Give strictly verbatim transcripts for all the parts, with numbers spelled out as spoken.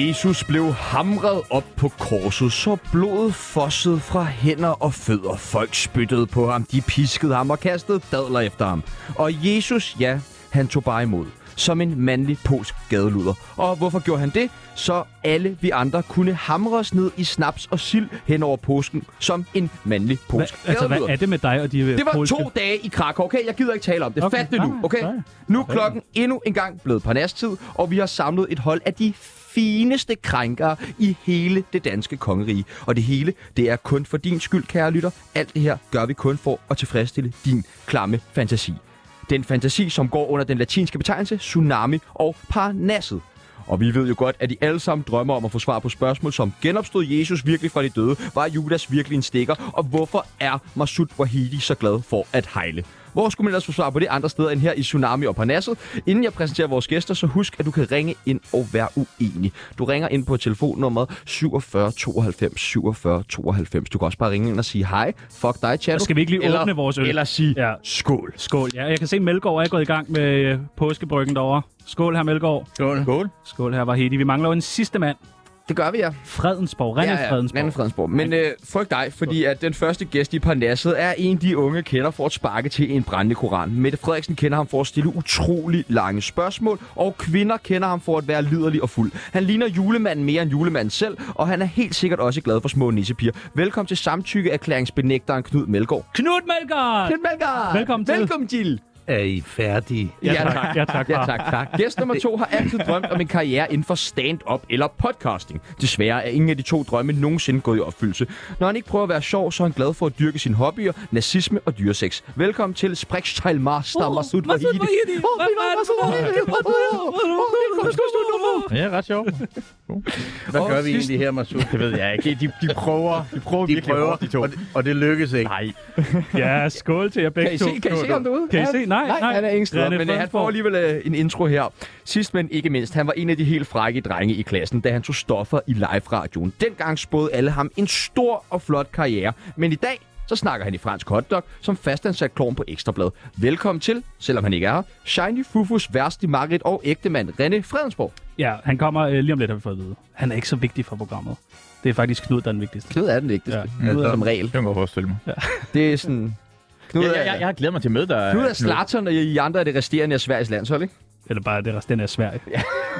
Jesus blev hamret op på korset, så blodet fossede fra hænder og fødder. Folk spyttede på ham, de piskede ham og kastede dadler efter ham. Og Jesus, ja, han tog bare imod. Som en mandlig polsk gadeluder. Og hvorfor gjorde han det? Så alle vi andre kunne hamre os ned i snaps og sild hen over påsken som en mandlig polsk Hva, altså, gadeluder. hvad er det med dig og de Det var polske... to dage i Krakow, okay? Jeg gider ikke tale om det. Okay. Fat det nu, okay? Nej, Nu er klokken endnu en gang blevet parnastid, og vi har samlet et hold af de fineste krænkere i hele det danske kongerige. Og det hele, det er kun for din skyld, kære lytter. Alt det her gør vi kun for at tilfredsstille din klamme fantasi. Den fantasi, som går under den latinske betegnelse tsunami og parnasset. Og vi ved jo godt, at de alle sammen drømmer om at få svar på spørgsmål som: genopstod Jesus virkelig fra de døde? Var Judas virkelig en stikker? Og hvorfor er Masoud Vahedi så glad for at hejle? Hvor skulle man ellers få svar på det andre steder end her i Tsunami og Parnasset? Inden jeg præsenterer vores gæster, så husk, at du kan ringe ind og være uenig. Du ringer ind på telefonnummeret syvogfyrre tooghalvfems syvogfyrre tooghalvfems. Du kan også bare ringe ind og sige hej. Fuck dig, chat. Skal vi ikke lige eller, åbne vores øl? Eller sige ja. skål. Skål. Ja, jeg kan se, at Melgaard er gået i gang med øh, påskebryggen derovre. Skål her, Melgaard. Skål. Skål. Skål her, Vahedi. Vi mangler jo en sidste mand. Det gør vi, ja. Fredensborg. Rene ja, ja. Fredensborg. Rene Fredensborg. Men øh, frygt dig, fordi at den første gæst i Parnasset er en, de unge kender for at sparke til en brændende koran. Mette Frederiksen kender ham for at stille utrolig lange spørgsmål, og kvinder kender ham for at være liderlig og fuld. Han ligner julemanden mere end julemanden selv, og han er helt sikkert også glad for små nissepiger. Velkommen til samtykkeerklæringsbenægteren Knud Melgaard. Knud Melgaard! Knud Melgaard! Velkommen til. Velkommen til. Er I færdige? Ja, tak. Ja, tak, ja, tak, tak. Gæst nummer to har altid drømt om en karriere inden for stand-up eller podcasting. Desværre er ingen af de to drømme nogensinde gået i opfyldelse. Når han ikke prøver at være sjov, så er han glad for at dyrke sine hobbyer, nazisme og dyresex. Velkommen til Sprechsteilmaster Masoud Vahedi. Ja, ret sjovt. Hvad gør vi egentlig her, Masoud? Det ved jeg ikke. De, de prøver, de prøver De virkelig prøver, hårdt, de to. og det, og det lykkes ikke. Nej. Ja, skål til jer begge Kan I to. se, kan I se ham derude? Kan I se? Nej, nej. nej han er ingen steder, Rene men øh, han får alligevel øh, en intro her. Sidst, men ikke mindst, han var en af de helt frække drenge i klassen, da han tog stoffer i live-radioen. Dengang spåede alle ham en stor og flot karriere, men i dag så snakker han i fransk hotdog som fastansat klovn på Ekstrablad. Velkommen til, selvom han ikke er her, Shiny Fufus værste Margrit og ægtemand Rene Fredensborg. Ja, han kommer øh, lige om lidt, har vi fået at vide. Han er ikke så vigtig for programmet. Det er faktisk Knud, der er den vigtigste. Knud er den vigtigste, Ja. Knud er som regel. Det kan man godt forestille mig. Ja. Det er sådan... Knud Ja, er, jeg, jeg, jeg har glædet mig til at møde dig. Knud er Zlatan, og I andre er det resterende af Sveriges landshold, ikke? Eller bare det resterende af Sverige. Ja.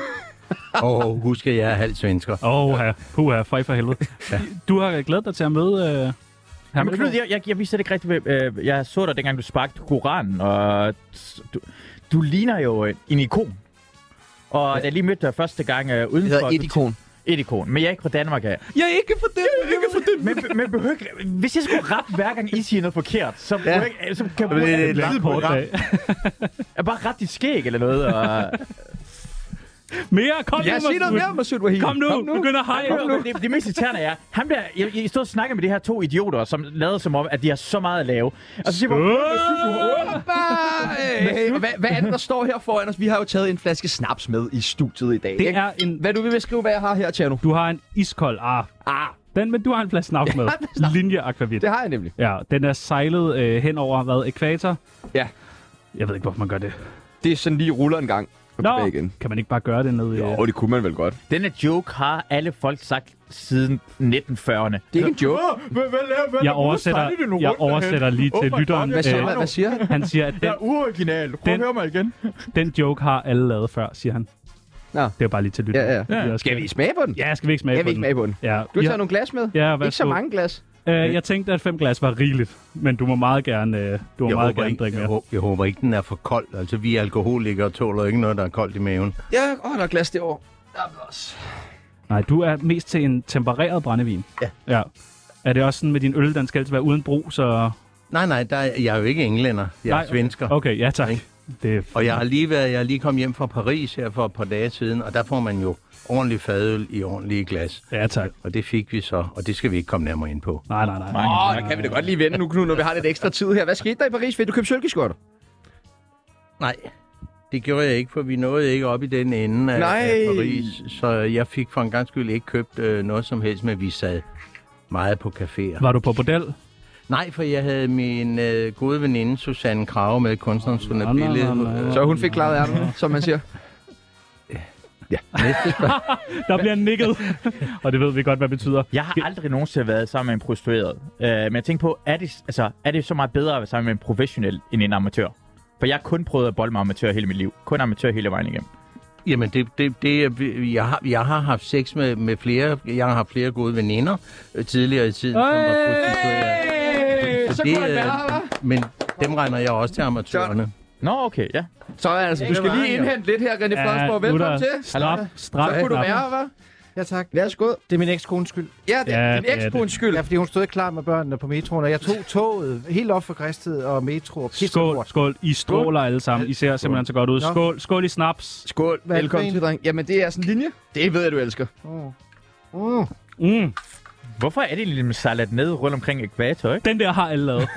Og husk, at jeg er halv svensker. Åh, oh, puha, fej for helvede. Ja. Du har glædet dig til at møde... Øh, Jamen, Knud, jeg, jeg, jeg vidste det ikke rigtigt. Øh, jeg så dig, dengang du sparkte Koranen, og du, du ligner jo en ikon. Og ja. Da jeg lige mødte dig første gang øh, udenfor... Det hedder et ikon. Et ikon, men jeg er ikke fra Danmark af. Jeg er ikke for det, jeg er ikke for det. Men, men behøver ikke, hvis jeg skulle rappe hver gang I siger noget forkert, så, Ja. ja. ikke, så kan jeg Det er bruge et langt kort program. dag. Jeg bare ret dit skæg eller noget. Og... Mere, kom Ja, nu, sig noget mere, Masoud Vahedi. Kom nu, begynd at heje. Kom nu. Det, det mest irriterende er, han bliver, jeg, jeg stod og snakker med de her to idioter, som lavede som om, at de har så meget at lave. Og så siger man, Hey, hvad, hvad er det, der står her foran os? Vi har jo taget en flaske snaps med i studiet i dag. Det ikke? er en... Hvad du vil beskrive, hvad jeg har her, Tjerno? Du har en iskold... Ah, Ah, den, men du har en flaske snaps med. Linje Aquavit. det har jeg nemlig. Ja, den er sejlet øh, hen over, hvad, ækvator? Ja, Jeg ved ikke, hvorfor man gør det. det er sådan lige ruller en gang. Nå, Igen. kan man ikke bare gøre det nede i... Jo, det kunne man vel godt. denne joke har alle folk sagt siden nitten fyrrerne. Det er ikke en joke. Hvad, hvad laver, hvad Jeg oversætter, jeg oversætter lige til lytteren. Hvad siger, Øh, hvad, hvad siger han? Han siger, at den, uoriginal. Prøv Den- at høre mig igen. den joke har alle lavet før, siger han. Nå. Det er jo bare lige til lytteren. Ja, ja. Jeg Skal vi smage på den? Ja, skal vi ikke smage Jeg på vil ikke den? smage på den. Ja. Du har ja. taget nogle glas med? Ja, Ikke så værsgo. mange glas. Øh, jeg tænkte, at fem glas var rigeligt, men du må meget gerne, øh, du må Jeg meget håber, gerne ikke, drikke jeg, mere. håber, jeg håber ikke, den er for kold. Altså, vi alkoholikere tåler ikke noget, der er koldt i maven. Ja, åh, der er glas derovre. Der er også. Nej, du er mest til en tempereret brændevin. Ja. Ja. Er det også sådan med din øl, den skal altid være uden brug, så... Nej, nej, der er, jeg er jo ikke englænder. Jeg er Nej, svensker. Okay, ja tak. Ikke? Det er Og jeg har lige været, jeg er lige kommet hjem fra Paris her for et par dage siden, og der får man jo ordentlig fadøl i ordentlige glas. Ja, tak. Og det fik vi så, og det skal vi ikke komme nærmere ind på. Nej, nej, nej. Åh, der kan vi da godt lige vende nu, Knud, når vi har lidt ekstra tid her. Hvad skete der i Paris? Vil du købe sølvskjorter? Nej, det gjorde jeg ikke, for vi nåede ikke op i den ende af, Nej. af Paris. Så jeg fik for en gang skyld ikke købt øh, noget som helst, men vi sad meget på caféer. Var du på bordel? Nej, for jeg havde min øh, gode veninde Susanne Krage med, kunstneren Sune Nå, nå, Bille. nå, nå. Så hun fik klaret ærten, som man siger. Ja. Næste spørgsmål. Der bliver nikket, og det ved vi godt, hvad det betyder. Jeg har aldrig nogensinde været sammen med en prostitueret. Uh, men jeg tænker på, er det, altså, er det så meget bedre at være sammen med en professionel end en amatør? For jeg har kun prøvet at bolle med amatør hele mit liv. Kun amatør hele vejen igennem. Jamen, det, det, det, jeg, har, jeg har haft sex med, med flere. Jeg har haft flere gode veninder øh, tidligere i tiden, som var prostituerede. Så det, kunne det øh, være, hva'? Men dem regner jeg også til amatørerne. Nå, okay, ja. Så altså, du skal lige indhente lidt her, René Fredensborg. Velkommen til. Straf, straf. Så kunne du være, hva'? Ja, tak. Værsgo. Det er min ekskones skyld. Ja, det Ja, er din det er ekskones skyld. Ja, fordi hun stod ikke klar med børnene på metroen, og jeg tog toget helt op for Græsted og metro og pisse Skål, lort. skål. I stråler alle sammen. I ser simpelthen så godt ud. Nå. Skål, skål i snaps. Skål. Hvad er det Velkommen for til, dreng. Jamen, det er sådan en linje. Det ved jeg, du elsker. Mm. Mm. Mm. Hvorfor er det lidt salat ned rundt omkring ekvator, ikke? Den der har alle lavet.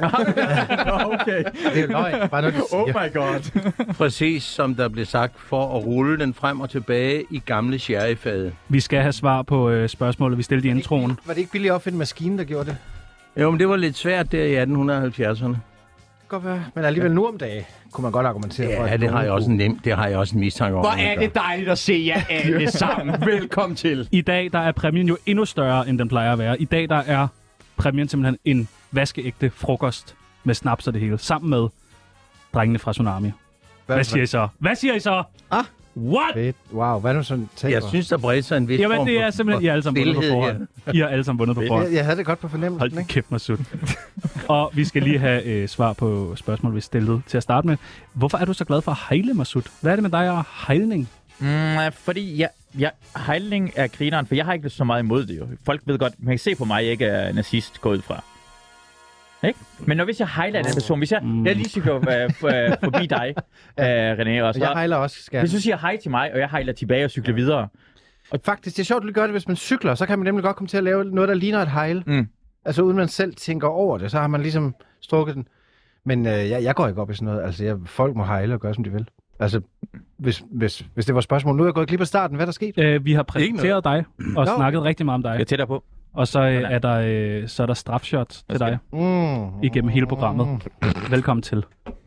Okay. Det er jo løgn. Bare noget, du Oh siger. my god. Præcis som der blev sagt, for at rulle den frem og tilbage i gamle sherryfade. Vi skal have svar på øh, spørgsmålet, vi stillede i introen. Var det ikke billigt at opfinde en maskine, der gjorde det? Jo, men det var lidt svært der i atten halvfjerdserne. Godt være. Men alligevel nu om dagen kunne man godt argumentere for, Ja, at det har nogen jeg også kunne- en nem, det har jeg også en mistanke om. Hvor at man er gør. det dejligt at se jer alle sammen. Velkommen til. I dag der er præmien jo endnu større, end den plejer at være. I dag der er præmien simpelthen en vaskeægte frokost med snaps og det hele, sammen med drengene fra Tsunami. Hvad siger I så? Hvad siger I så? Ah. What? Fedt. Wow, hvad er nu sådan taber? Jeg synes, der bredte sig en vis Jamen, form det er for- simpelthen, I har alle sammen vundet på stillhed forhånd. I har alle sammen vundet på forhånd. jeg, jeg havde det godt på fornemmelsen, Hold din ikke? kæft, Masud. Og vi skal lige have øh, svar på spørgsmål, vi stillede til at starte med. Hvorfor er du så glad for at hejle, Masud? Hvad er det med dig og hejlning? Mm, fordi jeg, jeg, hejling er grineren, for jeg har ikke så meget imod det jo. Folk ved godt, man kan se på mig, jeg ikke er nazist gået fra. Ikke? Men når hvis jeg hejler en anden person, hvis jeg, Mm. jeg lige cykler øh, f- øh, forbi dig, øh, René, og så, Jeg hejler også, skal hvis du siger hej til mig, og jeg hejler tilbage og cykler videre. Og faktisk, det er sjovt, at du gør det, hvis man cykler. Så kan man nemlig godt komme til at lave noget, der ligner et hejl. Mm. Altså uden man selv tænker over det, så har man ligesom strukket den. Men øh, jeg, jeg går ikke op i sådan noget. Altså, jeg, folk må hejle og gøre, som de vil. Altså, hvis, hvis, hvis det var et spørgsmål. Nu er jeg gået glip af starten. Hvad er der sket? Øh, vi har præsenteret dig og Nå. snakket rigtig meget om dig. Jeg er tættere på. Og så øh, er der øh, så er der strafshot til dig Mm. igennem hele programmet. Velkommen til.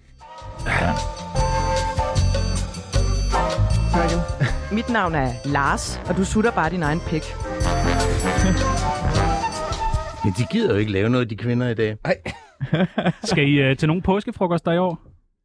Mit navn er Lars, og du sutter bare din egen pik. Men de gider jo ikke lave noget, de kvinder i dag. Skal I øh, til nogle påskefrokoster i år?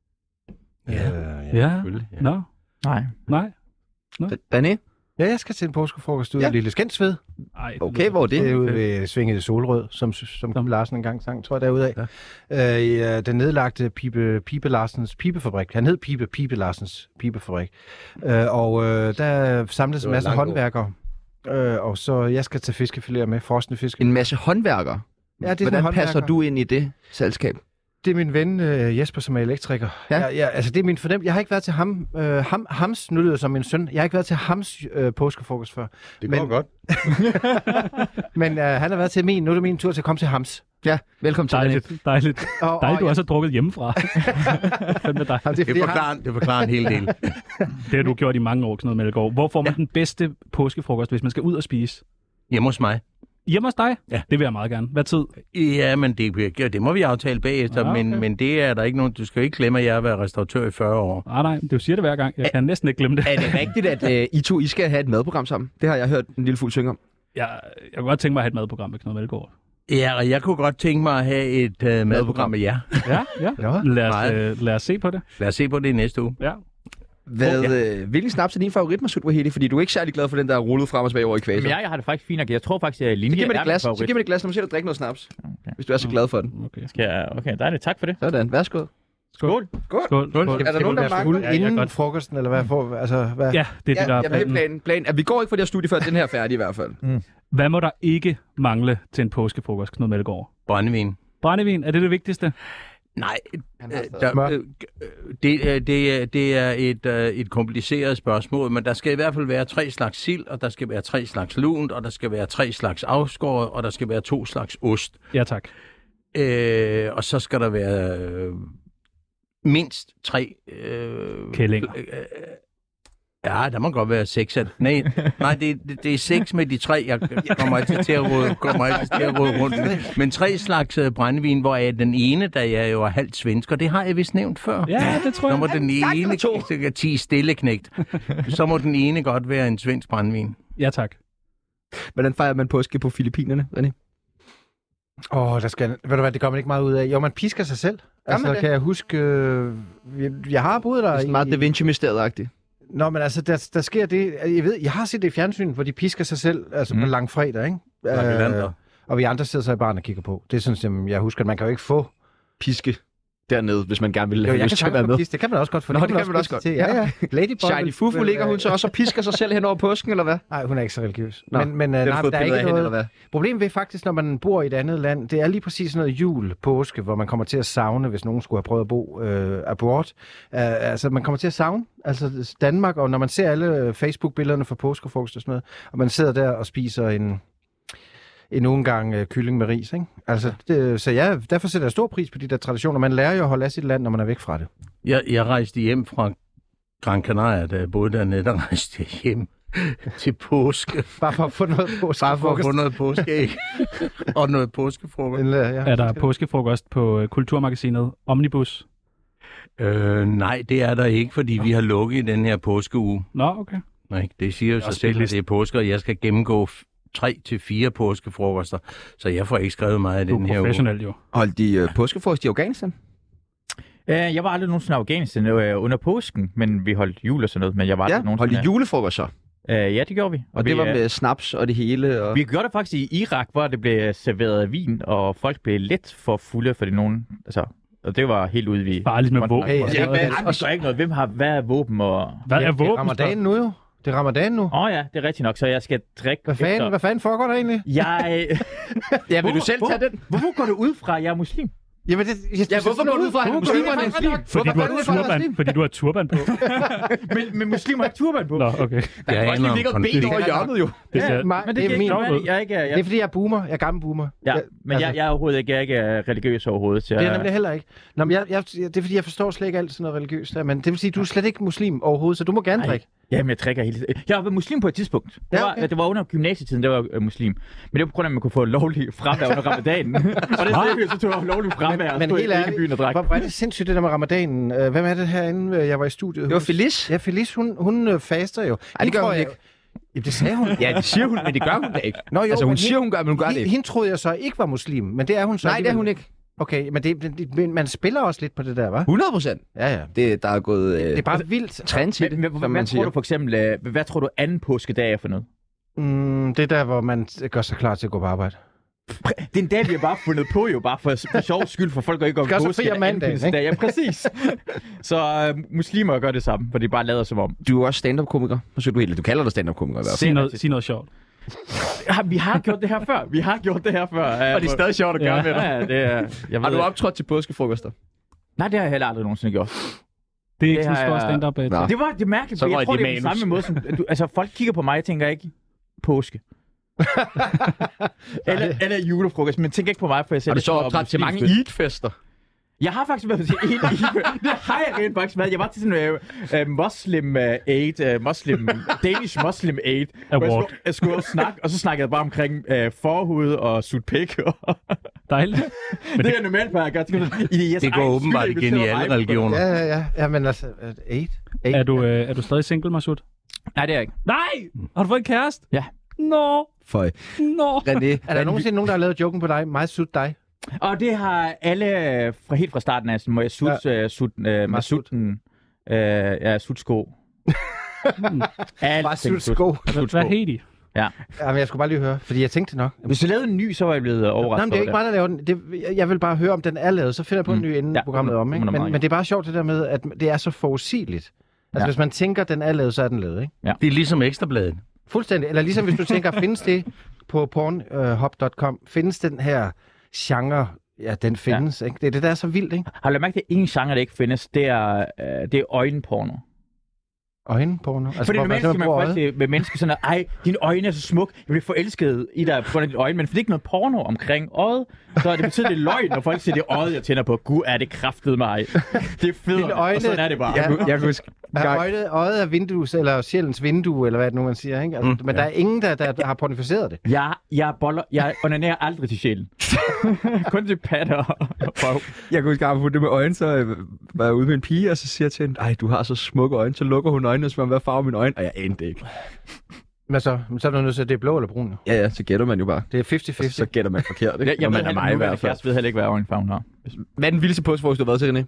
Ja, Ja. selvfølgelig, ja. Nå, Nej. nej. Danny? Ja, jeg skal til en påskefrokost ude Ja. i Lille Skensved. Ej, Okay, hvor er Det er det? ude ved Svinget Solrød, som, som Kim Larsen engang sang, tror jeg, derude af. Ja. Øh, i, øh, den nedlagte Pipe, Pipe Larsens Pibefabrik. Han hed Pipe, Pipe Larsens Pibefabrik. Øh, og øh, der samles Det en var masse langt håndværkere. Øh, og så jeg skal tage fiskefiléer med, frosne fiske. En masse håndværkere. Ja, det er Hvordan sådan passer håndværkere. du ind i det selskab? Det er min ven øh, Jesper, som er elektriker. Ja. Ja. Jeg, altså, det er min fornem. Jeg har ikke været til ham, øh, ham hams, nu lyder det som min søn, jeg har ikke været til hams øh, påskefrokost før. Det Men- går godt. Men øh, han har været til min, nu er det min tur til at komme til hams. Ja, velkommen til. René. dejligt, dejligt. Og, Dejligt, du og, også har drukket hjemmefra. Fandme dig. Jamen, det er, Det fordi, jeg har- forklarer, det forklarer en hel del. Det har du gjort i mange år, Knud Melgaard. Hvor får man ja. den bedste påskefrokost, hvis man skal ud og spise? Hjemme hos mig. Hjemme hos dig? Ja. Det vil jeg meget gerne. Hvad tid? Ja, men det, det må vi aftale bagefter, Ah, okay. men, men det er der ikke nogen... Du skal jo ikke glemme, at jeg har været restauratør i fyrre år. Nej, nej, du siger det hver gang. Jeg kan næsten ikke glemme det. Er det rigtigt, at uh, I to I skal have et madprogram sammen? Det har jeg hørt en lille fuld synge om. Jeg, jeg kunne godt tænke mig at have et madprogram med Knud Melgaard. Ja, og jeg kunne godt tænke mig at have et uh, madprogram med jer. Ja, ja. Nå. Lad os, Nej. øh, lad os se på det. Lad os se på det i næste uge. Ja. Hvad, øh, hvilken snaps er din favorit, Masud Wahedi? Fordi du er ikke særlig glad for den, der er rullet frem og tilbage over i kvaser. Men jeg, jeg har det faktisk fint nok. Jeg tror faktisk, at Så linje giv mig er et glas. min Så giv mig et glas, når man ser dig drikke noget snaps. Okay. Hvis du er så glad for den. Okay. Skal jeg... Okay, dejligt. Tak for det. Sådan, værsgo. Skål. Skål. Skål. Skål. Er der Skal nogen, du der være fuld mangler? Ja, jeg er inden godt. frokosten, eller hvad? For, altså, hvad? Ja, det er det, der Ja, er jeg vil planen. planen. planen. At vi går ikke fra det her studie, før den her er færdig i hvert fald. Hvad må der ikke mangle til en påskefrokost, Knud Melgaard? Brændevin. Brændevin, er det det vigtigste? Nej, Han har øh, stadig der, smør. øh, det, øh, det, er- det er et, øh, et kompliceret spørgsmål, men der skal i hvert fald være tre slags sild, og der skal være tre slags lunt, og der skal være tre slags afskåret, og der skal være to slags ost. Ja, tak. Øh, og så skal der være øh, mindst tre... Øh, Kællinger. Øh, Ja, der må godt være seks. At... Nej, nej det, det, det er seks med de tre. Jeg kommer altid til at råde, kommer altid til at råde rundt. Men tre slags uh, brændevin, hvor er den ene, der jeg jo er halvt svensker. Det har jeg vist nævnt før. Ja, det tror jeg. Så må den ene, cirka ti stilleknægt. Så må den ene godt være en svensk brændevin. Ja, tak. Hvordan fejrer man påske på Filippinerne, René? Åh, oh, der skal... Ved du hvad, det kommer man ikke meget ud af. Jo, man pisker sig selv. Altså, det? kan jeg huske... Øh, jeg, jeg har boet der... Det er sådan meget Da Vinci-mysteriet-agtigt. Nå, men altså, der, der sker det... Jeg ved, jeg har set det i fjernsynet, hvor de pisker sig selv, altså mm. på langfredag, ikke? Øh, og vi andre sidder så i baren og kigger på. Det er sådan, som jeg husker, at man kan jo ikke få piske dernede, hvis man gerne vil have lyst til at være med. Det kan man også godt få. Nå, det kan man også godt. Til. Ja, ja. Lady Shiny Fufu ligger hun så også og pisker sig selv hen over påsken, eller hvad? Nej, hun er ikke så religiøs. Nå, men men nej, der er ikke hen, noget... eller hvad? Problemet ved faktisk, når man bor i et andet land, det er lige præcis noget jul, påske, hvor man kommer til at savne, hvis nogen skulle have prøvet at bo øh, abroad. Uh, altså, man kommer til at savne altså Danmark, og når man ser alle Facebook-billederne fra påskefrokost og sådan noget, og man sidder der og spiser en... en nogle gange uh, kylling med ris, ikke? Altså, det, så ja, derfor sætter jeg stor pris på de der traditioner. Man lærer jo at holde af sit land, når man er væk fra det. Jeg, jeg rejste hjem fra Gran Canaria, da jeg boede dernede, der rejste jeg hjem til påske. Bare for at få noget påske. Bare for at få noget påskeæg og noget påskefrokost. Ja, er der påskefrokost på uh, Kulturmagasinet Omnibus? Øh, nej, det er der ikke, fordi vi har lukket i den her påskeuge. Nå, okay. Nej, det siger jo sig selv, at det er påske, og jeg skal gennemgå tre til fire påskefrokoster, så jeg får ikke skrevet meget af den her uge. Professionel jo. Holdt de uh, påskefrokost i Afghanistan? Uh, jeg var aldrig nogensinde i Afghanistan uh, under påsken, men vi holdt jul og sådan noget, men jeg var aldrig ja, nogensinde... holdt de julefrokost så? Uh, ja, det gjorde vi. Og, og det vi, var med snaps og det hele? Og... Vi gjorde det faktisk i Irak, hvor det blev serveret vin, og folk blev lidt for fulde, fordi nogen... Altså, og det var helt ude vi... Farligt med våben. Hey, ja, hvad, og så ikke noget. Hvem har... Hvad er våben og... Hvad er våben? Det er Ramadan nu jo. Det er Ramadan nu. Åh oh, ja, det er rigtigt nok, så jeg skal drikke Hvad fanden, efter... hvad fanden foregår der egentlig? Jeg... ja, vil du selv hvor, tage den? Hvorfor går du ud fra, at jeg er muslim? Jamen, det, jeg, ja, hvorfor går du ud fra, at han er muslim? Fordi du har turban, fordi du har turban på. men, men muslimer har ikke turban på. Nå, okay. Der er også lige ligger ben over hjørnet jo. Det er, men det, det er min. Jeg ikke, jeg... Det er fordi, jeg er boomer. Jeg er gammel boomer. Ja, men altså... jeg, jeg er overhovedet ikke, jeg er ikke religiøs overhovedet. Så jeg... Det er nemlig heller ikke. Nå, men jeg, jeg, det er fordi, jeg forstår slet ikke alt sådan noget religiøst der, men det vil sige, du er slet ikke muslim overhovedet, så du må gerne Ej. drikke. Jamen, jeg drikker hele tiden. Jeg var muslim på et tidspunkt. Det, ja, okay. var, det var under gymnasietiden, der var uh, muslim. Men det var på grund af, at man kunne få lovlig fremvær under ramadanen. og det er så tog jeg lovlig fremvær og stod i byen og drak. Hvor er det sindssygt, det der med ramadanen? Hvem er det herinde, jeg var i studiet? Det var Feliz. Ja, Feliz, hun, hun faster jo. Ej, det gør hun ikke. Jamen, det sagde hun. Ja, det siger hun, men det gør hun da ikke. Nå, jo, altså, hun men siger, hun gør, men hun gør det ikke. Hende troede jeg så ikke var muslim, men det er hun så. Nej, det er hun ikke. Okay, men det, det, man spiller også lidt på det der, hva'? hundrede procent. Ja, ja. Det, der er gået... Øh, det er bare vildt. Trend til det, men, som man siger. Hvad tror du for eksempel, øh, hvad tror du anden påskedag er for noget? Mm, det er der, hvor man gør sig klar til at gå på arbejde. Det er en dag, vi har bare fundet på jo, bare for, for sjov skyld, for folk går ikke op på påske. Skal mandag, ikke? Ja, præcis. Så uh, muslimer gør det samme, for de bare lader som om. Du er også stand-up-komiker. Så du, du kalder dig stand-up-komiker i hvert fald. Sig noget, sig noget sjovt. Ja, vi har gjort det her før. Vi har gjort det her før. Og det er stadig sjovt at gøre ja, med dig. Ja, det er, jeg har du optrådt til påskefrokoster? Nej, det har jeg heller aldrig nogensinde gjort. Det er ikke sådan en stor stand-up. Det var det er mærkeligt, for jeg tror, det er på samme måde som... Du, altså, folk kigger på mig og tænker ikke påske. eller, eller julefrokost, men tænk ikke på mig, for jeg selv... Har du så optrådt til mange Eid-fester? Jeg har faktisk været til en Eid. Det har jeg rent faktisk været. Jeg var til sådan en uh, Muslim uh, Aid, uh, Muslim, Danish Muslim Aid. Award. Jeg skulle, jeg skulle snakke, og så snakkede jeg bare omkring uh, forhud og sut pæk. Dejligt. Men det er normalt, hvad jeg gør. Det, det går åbenbart igen i alle religioner. Ja, ja, ja. Ja, men altså, Aid. Aid. Er, du, øh, er du stadig single, Masud? Nej, det er jeg ikke. Nej! Har du fået en kæreste? Ja. Nå. Føj. Nå. René, er der nogensinde nogen, der har lavet joken på dig? Meget sut dig. Og det har alle fra helt fra starten af, må jeg sut, ja. uh, sut, uh, med sutten, uh, ja, sutsko. mm. Bare sutsko. Hvad hed de? Ja. Ja, men jeg skulle bare lige høre, fordi jeg tænkte nok. Hvis du lavede en ny, så var jeg blevet overrasket. Nej, men det er ikke mig, der laver den. Det, jeg vil bare høre, om den er lavet, så finder jeg på en ny, inden ja, programmet om. Ikke? Men, men det er bare sjovt det der med, at det er så forudsigeligt. Altså, ja. Hvis man tænker, at den er lavet, så er den lavet, ikke? Ja. Det er ligesom Ekstrabladet. Fuldstændig. Eller ligesom hvis du tænker, findes det på pornhub punktum com, findes den her genre, ja, den findes, ja. Ikke? Det er det, der er så vildt, ikke? Har du lagt mærke til, at ingen genre, der ikke findes, det er, øh, det er øjenporno. Øjenporno? Altså, fordi normalt skal man faktisk med mennesker sådan, at ej, dine øjne er så smuk, jeg bliver forelsket i dig på grund af dine øjne, men for det er ikke noget porno omkring øjet, så det betyder, det er løgn, når folk siger, det er øjet, jeg tænder på. Gud, er det kraftet mig. Det er fedt, og sådan er det bare. Jeg, jeg, jeg huske, Er øjet, øjet af vindues, eller sjælens vindue, eller hvad det nu man siger, ikke? Altså, mm, men ja. Der er ingen, der, der, der har pornificeret det. Jeg, jeg, boller, jeg onanerer aldrig til sjælen. Kun til patter og røv. Jeg kunne ikke på det med øjne, så øh, var jeg ude med en pige, og så siger jeg til hende, ej, du har så smukke øjne. Så lukker hun øjnene og spørger, hvad farve mine øjne? Og jeg anede det ikke. Men så, så er du nødt til, at det er blå eller brun. Ja, ja, så gætter man jo bare. Det er halvtreds halvtreds. Så gætter man forkert, ikke? Jeg, jeg man ved, er mig i hvert fald. Jeg ved heller ikke, hvad øjenfarven har. Hvad er den vildeste påskeforsk, du har været til, René?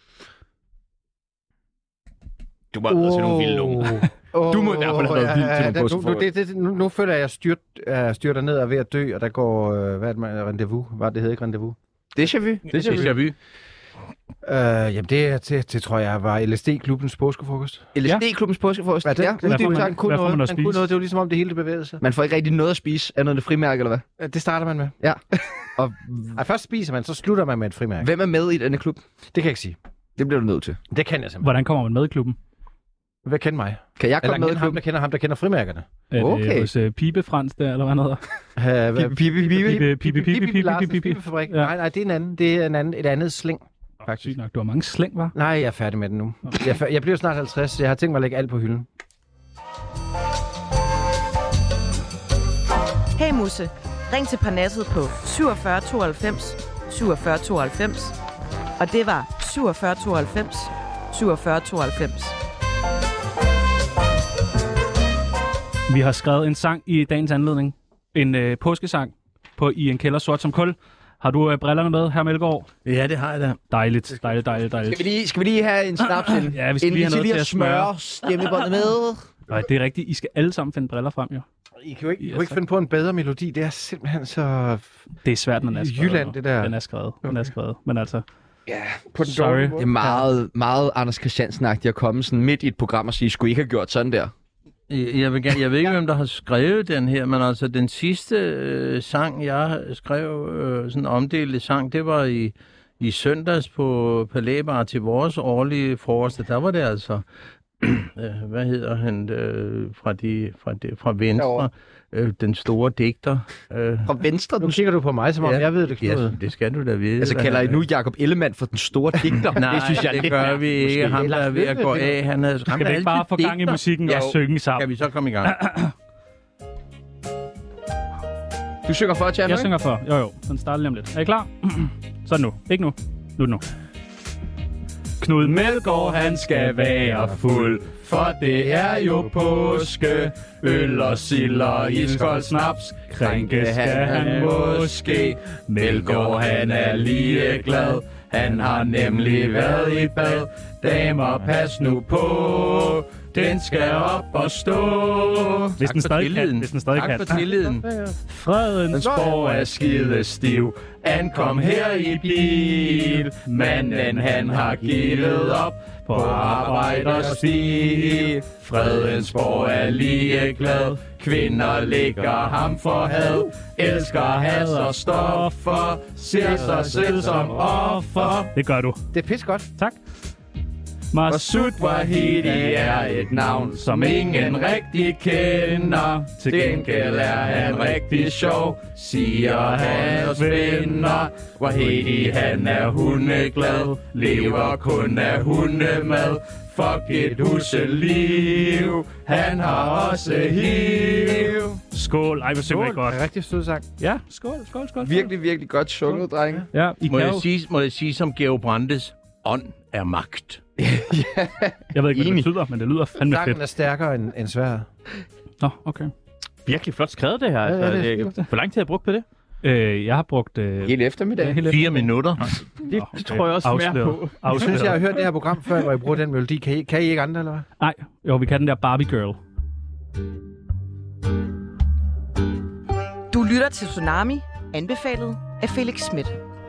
Du må have været til nogle vilde nogen. Oh, du må i hvert fald have været vild til nogle påskeforsk. Nu, det, det, nu, nu føler jeg, at jeg styrt, uh, styrter ned og er ved at dø, og der går, uh, hvad er det, man, rendezvous? Hvad det hedder ikke rendezvous? Déjà vu. Déjà vu. Uh, jamen, det, det, det tror jeg var L S D-klubbens påskefrokost. L S D-klubbens påskefrokost? Ja, det, ja. det, det, det, man, man, kunne noget, man, man kunne noget. Det var ligesom om det hele det bevægede sig. Man får ikke rigtig noget at spise, andet end et frimærke, eller hvad? Det starter man med. Ja. Og Ej, først spiser man, så slutter man med et frimærke. Hvem er med i denne klub? Det kan jeg ikke sige. Det bliver du nødt til. Det kan jeg simpelthen. Hvordan kommer man med i klubben? Hvad kender mig? Kan jeg komme eller med i ham, klubben? der kender ham, der kender frimærkerne. Er Okay. det hos uh, Pibe Frans der, eller hvad han hedder? Uh, Pibe, pibe, pibe. Pibe, pibe, pibe, pibe, pibe, pibe. Pibefabrik. Ja. Nej, nej, det er en anden. Det er en anden, et andet sling. Faktisk. Sygt nok, du har mange slæng, hva'? Nej, jeg er færdig med den nu. Jeg, er fær- jeg bliver snart halvtreds, så jeg har tænkt mig at lægge alt på hylden. Hey Musse, ring til Parnasset på syvogfyrre tooghalvfems syvogfyrre tooghalvfems. Og det var syvogfyrre tooghalvfems syvogfyrre tooghalvfems. Vi har skrevet en sang i dagens anledning. En øh, påskesang på I en kælder sort som kul. Har du øh, brillerne med, her Melgaard? Ja, det har jeg da. Dejligt, dejligt, dejligt, dejligt. Skal vi lige, skal vi lige have en snaps ind? Ja, vi skal en, lige have noget til at smøre stemmebåndet med. Nej, det er rigtigt. I skal alle sammen finde briller frem, jo. I kan jo ikke, I kan jo Yes, ikke finde på en bedre melodi. Det er simpelthen så... Det er svært, når den er skrevet. Jylland, det der. Den er skrevet, den er skrevet. Men altså... Ja, på den Sorry. dårlige det måde. er meget, meget Anders Christiansen-agtigt at komme sådan midt i et program og sige, skulle I ikke have gjort sådan der? Jeg, jeg, vil gerne, jeg ved ikke, hvem der har skrevet den her, men altså den sidste øh, sang, jeg skrev, øh, sådan en omdelte sang, det var i, i søndags på Palæbar til vores årlige frokost. Der var det altså, øh, hvad hedder han, øh, fra, de, fra, de, fra Venstre, øh, den store digter. Øh, Fra Venstre? Nu kigger du på mig, som om Ja. jeg ved det, Knud. ja, det skal du da vide. Altså kalder I nu Jakob Ellemann for den store digter? Nej, det synes jeg er det lidt gør mærkeligt, vi ikke. måske. Ham, der er ved at gå af, han er, ham, Skal vi ikke bare få gang i musikken Ja, og synge sammen? Kan vi så komme i gang? Du synger for, Tjerno, Jeg synger for. Jo, jo. Den starter lige om lidt. Er I klar? Så nu. Ikke nu. Nu nu. Knud Melgaard, han skal være fuld, for det er jo påske. Øl og sild og iskold snaps, krænke skal han måske. Melgaard, han er lige glad, han har nemlig været i bad. Damer, pas nu på, den skal op og stå. Hvis den stadig kan. Hvis den stadig tak kan. for tilliden. Fredens borg er skide stiv. Ankom her i bil. Manden han har givet op på arbejderstil. Fredensborg er lige glad. Kvinder ligger ham for had. Elsker had og stoffer. Ser sig selv som offer. Det gør du. Det er pis godt. Tak. Masud Wahidi er et navn, som ingen rigtig kender. Til gengæld er han rigtig sjov, siger hans venner. Wahidi, han er hundeglad, lever kun af hundemad. Fuck et huseliv, han har også hiv. Skål. Ej, hvor synger I godt. Det er rigtig sød sang. Ja, skål, skål, skål. Virkelig, virkelig godt sunget, drenge. Ja, I Må kan jeg, jo... sige, må jeg sige som Georg Brandes, ånd er magt. Jeg ved ikke, hvad det betyder, men det lyder fandme Sangen fedt. er stærkere end, end sværd. Nå, okay. Virkelig flot skrevet det her. Ja, Altså, ja, det er det, hvor lang tid har jeg brugt på det? Øh, jeg har brugt... Øh, Hele eftermiddag. hele Fire minutter. Det okay. tror jeg også mere Afsløret. på. Jeg Afsløret. synes, jeg har hørt det her program før, hvor I bruger den melodi. Kan I, kan I ikke andre, eller hvad? Nej, jo, vi kan den der Barbie Girl. Du lytter til Tsunami, anbefalet af Felix Schmidt.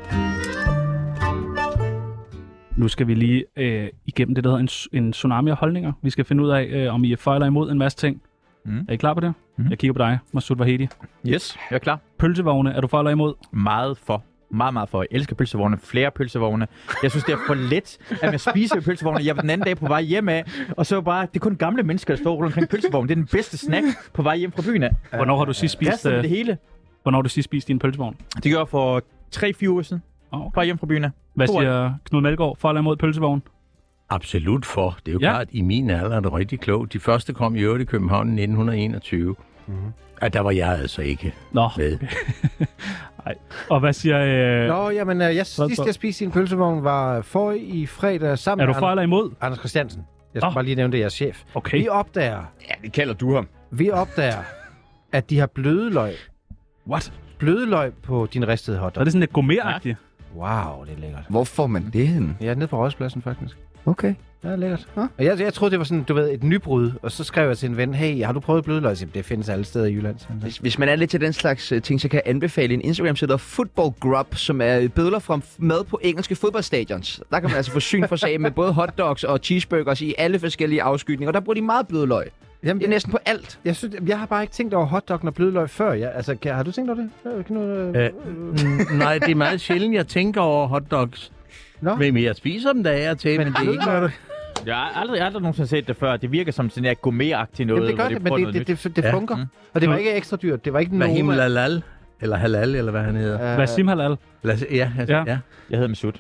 Nu skal vi lige øh, igennem det, der hedder en, en tsunami af holdninger. Vi skal finde ud af, øh, om I er for eller imod en masse ting. Mm. Er I klar på det? Mm. Jeg kigger på dig, Masud Wahidi. Yes, jeg er klar. Pølsevogne, er du for eller imod? Meget for. Meget, meget for. Jeg elsker pølsevogne. Flere pølsevogne. Jeg synes, det er for let, at man spiser pølsevogne. Jeg var den anden dag på vej hjem af, og så bare, det er kun gamle mennesker, der står rundt omkring pølsevogne. Det er den bedste snack på vej hjem fra byen af. Hvornår har du sidst spist, Kaster øh, det hele. hvornår har du sidst spist din pølsevogn? Det gør jeg for tre fire uger siden. Oh, okay. På vej hjem fra byen af. Hvad God siger Knud Melgaard? For eller imod pølsevogn? Absolut for. Det er jo Ja. klart, i min alder er det rigtig klogt. De første kom i øvrigt i København i nitten enogtyve. Mm-hmm. Og der var jeg altså ikke Nå. med. Nej. Og hvad siger... Øh, Nå, jamen, øh, jeg, sidst jeg spiste i en pølsevogn var for i fredag sammen er du med for eller imod? Anders Christiansen. Jeg skal Åh. bare lige nævne det, jeg er chef. Okay. Vi opdager, Ja, det kalder du ham. vi opdager, at de har blødeløg. What? Blødeløg på din ristede Så er hotdog. det sådan lidt gourmet-agtigt. Wow, det er lækkert. Hvor får man det hen? Jeg er nede på Rådspladsen, faktisk. Okay. Ja, lækkert. Og jeg, jeg troede, det var sådan, du ved, et nybrud. Og så skrev jeg til en ven, hey, har du prøvet blødeløg? Jeg siger, det findes alle steder i Jylland. Hvis, hvis man er lidt til den slags uh, ting, så kan jeg anbefale en Instagram-side, der hedder Football Grub, som er billeder fra mad på engelske fodboldstadions. Der kan man altså få syn for sagen med både hotdogs og cheeseburgers i alle forskellige afskygninger. Og der bruger de meget blødløg. Jamen, Det er næsten på alt. Jeg, synes, jeg har bare ikke tænkt over hotdog og blødløg før. Jeg, altså, kan, har du tænkt over det? Øh, Kan du, øh, Øh, mm, nej, det er meget sjældent, jeg tænker over hotdogs. Nå. Men jeg spiser dem, der er til, men, Men men det er ikke noget. Jeg har aldrig, aldrig nogensinde set det før. Det virker som sådan en gourmet-agtigt noget. Jamen, det gør hvor de det, men prøver det, noget det, nyt. det, det Ja. funker. Mm. Og det var ikke ekstra dyrt. Det var ikke Lahim Noma. Lalal, eller Halal, eller hvad han hedder. Øh, Basim halal. Lad os, ja, altså, Ja. ja. ja. Jeg hedder Masud.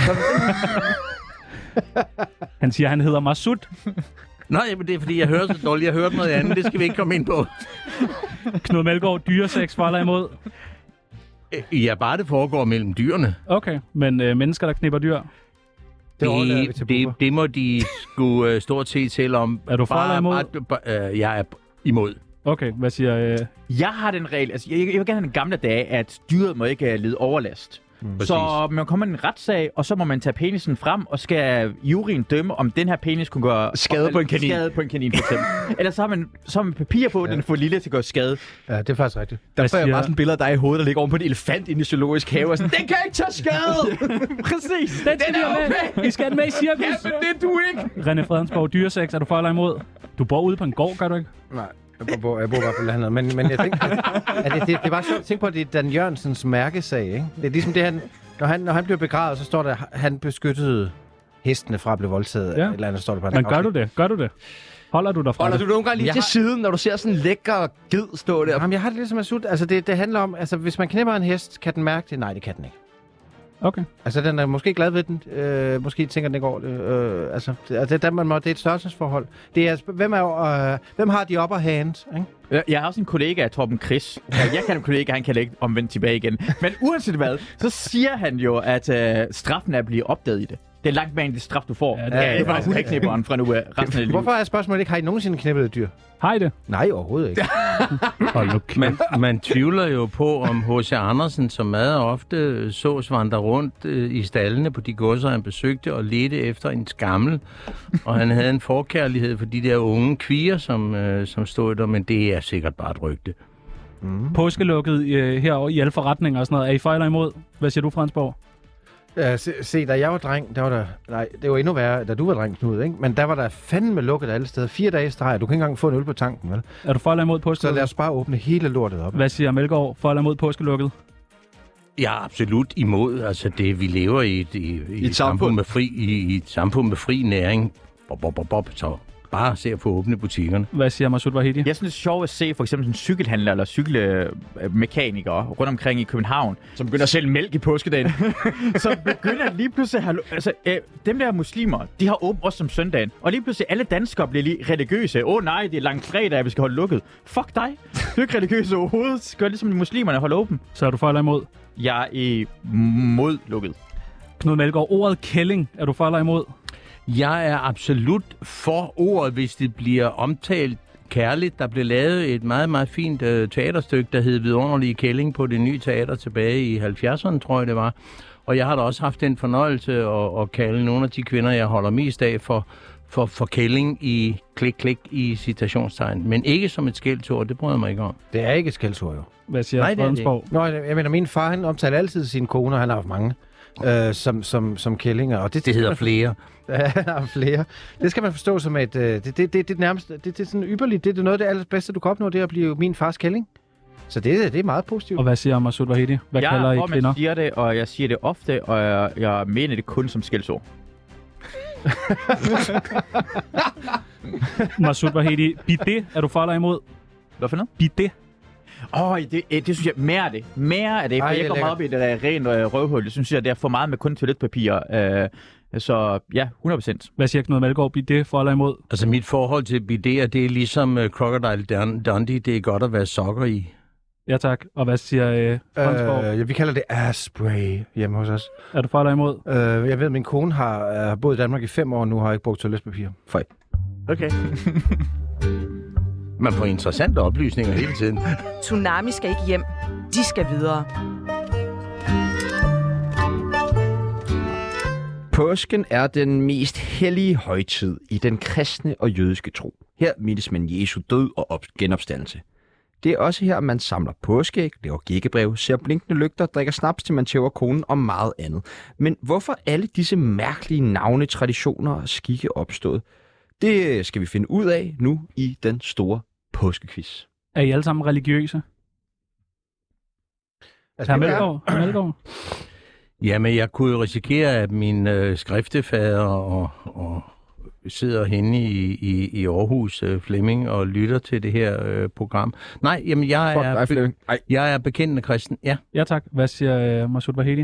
Han siger, han hedder Masud. Nej, men det er fordi, jeg hører så dårligt. Jeg hørte noget andet. Det skal vi ikke komme ind på. Knud Melgaard, dyresex for eller imod. Ja, bare det foregår mellem dyrene. Okay, men øh, mennesker, der knipper dyr. Det overlader vi til det, Bubber. det, det må de sgu uh, stort set til om. Er du for eller imod? Bare, bare, uh, jeg er imod. Okay, hvad siger... Øh, Jeg har den regel, altså jeg, jeg vil gerne have den gamle dage, at dyret må ikke uh, lide overlast. Mm. Så man kommer i en retssag, og så må man tage penisen frem, og skal juryen dømme, om den her penis kunne gøre Skade på en kanin. Skade på en kanin, for eksempel. Ellers så har man, så har man papir på, at den er for lille til at gøre skade. Ja, det er faktisk rigtigt. Der Hvad får jeg siger- bare sådan et billede af dig i hovedet, der ligger oven på en elefant inde i zoologisk have. Og sådan, den kan ikke tage skade! Præcis, den, den er er med. okay. I skal have den med i cirkus. Ja, men det er du ikke! René Fredensborg, dyresex, er du for eller imod? Du bor ude på en gård, gør du ikke? Nej, jeg bor, jeg bor i hvert fald hernede. Men, men jeg tænkte, at, at det, det, det var sjovt at tænke på, at det er Dan Jørgensens mærkesag, ikke? Det er ligesom det, han... Når han, når han bliver begravet, så står der, at han beskyttede hestene fra at blive voldtaget. Ja. Ja. Eller andet står det på hans Men gør afsnit. du det? Gør du det? Holder du dig fra Holder det? du nogle gange lige Jeg til har- siden, når du ser sådan en lækker ged stå der? Jamen, jeg har det lidt som Masud. Altså, det, det handler om, altså, hvis man knipper en hest, kan den mærke det? Nej, det kan den ikke. Okay. Altså, den er måske glad ved den. Øh, måske tænker den ikke over det. Øh, altså, det, altså, det, er, man må, det er et størrelsesforhold. Det er, hvem, er, øh, hvem har de upper hand? Ikke? Jeg- Jeg har også en kollega, Torben Chris. Ja, Jeg kan en kollega, han kan ikke omvendt tilbage igen. Men uanset hvad, så siger han jo, at øh, straffen er at blive opdaget i det. Det er langt mere end det straf, du får. Ja, Ja, det det er er det faktisk hundeknipperen fra nu af resten af livet. Hvorfor er spørgsmålet ikke, har I nogensinde knippet et dyr? Har I det? Nej, overhovedet ikke. Hold nu kæft. Man, man tvivler jo på, om H C. Andersen, som meget ofte sås vandre rundt øh, i stallene på de godser, han besøgte, og ledte efter en skammel. Og han havde en forkærlighed for de der unge kvier, som, øh, som stod der, men det er sikkert bare et rygte. Påskelukket øh, herovre i alle forretninger og sådan noget. Er I for eller imod? Hvad siger du, Fransborg? Ja, se, se, da jeg var dreng, der var der... Nej, det var endnu værre, da du var dreng, Knud, ikke? Men der var der fandme lukket alle steder. Fire dage i streg. Du kan ikke engang få en øl på tanken, vel? Er du for eller imod Så påskelukket? lad os bare åbne hele lortet op. Hvad siger Melgaard? For eller imod påskelukket? Jeg er absolut imod. Altså, det, vi lever i et, i, i et samfund med fri, i, i et samfund med fri næring. Bob, bob, bob, bob. Så bare se at få åbne butikkerne. Hvad siger Masud Vahidi? Jeg synes, det er sjovt at se for eksempel sådan en cykelhandler eller cykelmekanikere rundt omkring i København, Som begynder at sælge mælk i påskedagen. som begynder lige pludselig at have... Altså, øh, dem der muslimer, de har åbent også som søndagen. Og lige pludselig alle danskere bliver lige religiøse. Åh oh, nej, det er langt fredag, vi skal holde lukket. Fuck dig. Du er ikke religiøs overhovedet. Gør ligesom muslimerne holder åben. Så er du for eller imod? Jeg er imod lukket. Knud Melgaard, ordet kælling. Er du for eller imod? Jeg er absolut for ordet, hvis det bliver omtalt kærligt. Der blev lavet et meget, meget fint øh, teaterstykke, der hed Vidunderlige Kælling på det nye teater tilbage i halvfjerdserne, tror jeg det var. Og jeg har da også haft den fornøjelse at, at kalde nogle af de kvinder, jeg holder mest af, for, for, for kælling i klik-klik i citationstegn. Men ikke som et skældsord, det bryder jeg mig ikke om. Det er ikke et skældsord, jo. Hvad siger Nej, det er det Fredensborg? Nå, jeg jeg mener, min far, han omtaler altid sine koner, han har haft mange, øh, som, som, som kællinger. Og det, Det hedder flere. Ja, han har flere. Det skal man forstå som et... Øh, det, det, det, det, nærmest, det, det er sådan ypperligt. Det er noget af det allerbedste, du kan opnå, det er at blive min fars kælling. Så det, det er meget positivt. Og hvad siger Masud Vahidi? Hvad jeg kalder I hvor man kvinder? siger det, og jeg siger det ofte, og jeg, jeg mener det kun som skældsord. Masud Vahidi, bidet. Er du for eller imod? Hvad for noget? Bidet. Åh, oh, det, det synes jeg, mere af det. Mere af det, for Ej, Ej, det er jeg går meget op i det der rent øh, røvhul. Det synes jeg, det er for meget med kun toiletpapir. Øh, Så ja, hundrede procent. Hvad siger Knud Melgaard? Bidet for eller imod? Altså mit forhold til bidéer, det er ligesom uh, Crocodile Dundee. Det er godt at være sokker i. Ja tak. Og hvad siger øh, Fredensborg? Øh, ja, vi kalder det airspray hjemme hos os. Er du for eller imod? Øh, jeg ved, at min kone har, har boet i Danmark i fem år nu, har ikke brugt toiletpapir. Fej. Okay. Man får interessante oplysninger hele tiden. Tsunami skal ikke hjem. De skal videre. Påsken er den mest hellige højtid i den kristne og jødiske tro. Her mindes man Jesu død og op- genopstandelse. Det er også her, man samler påskeæg, laver gækkebrev, ser blinkende lygter, drikker snaps til man tæver konen og meget andet. Men hvorfor alle disse mærkelige navne, traditioner og skikke opstået? Det skal vi finde ud af nu i den store påskequiz. Er I alle sammen religiøse? Altså, Hr. Melgaard? Hr. Melgaard? Jamen, jeg kunne jo risikere, at min øh, skriftefader og, og sidder henne i, i, i Aarhus, øh, Flemming, og lytter til det her øh, program. Nej, jamen, jeg Fuck er, dig, Flemming. Ej. jeg er bekendende kristen, ja. Ja tak. Hvad siger øh, Masoud Vahedi?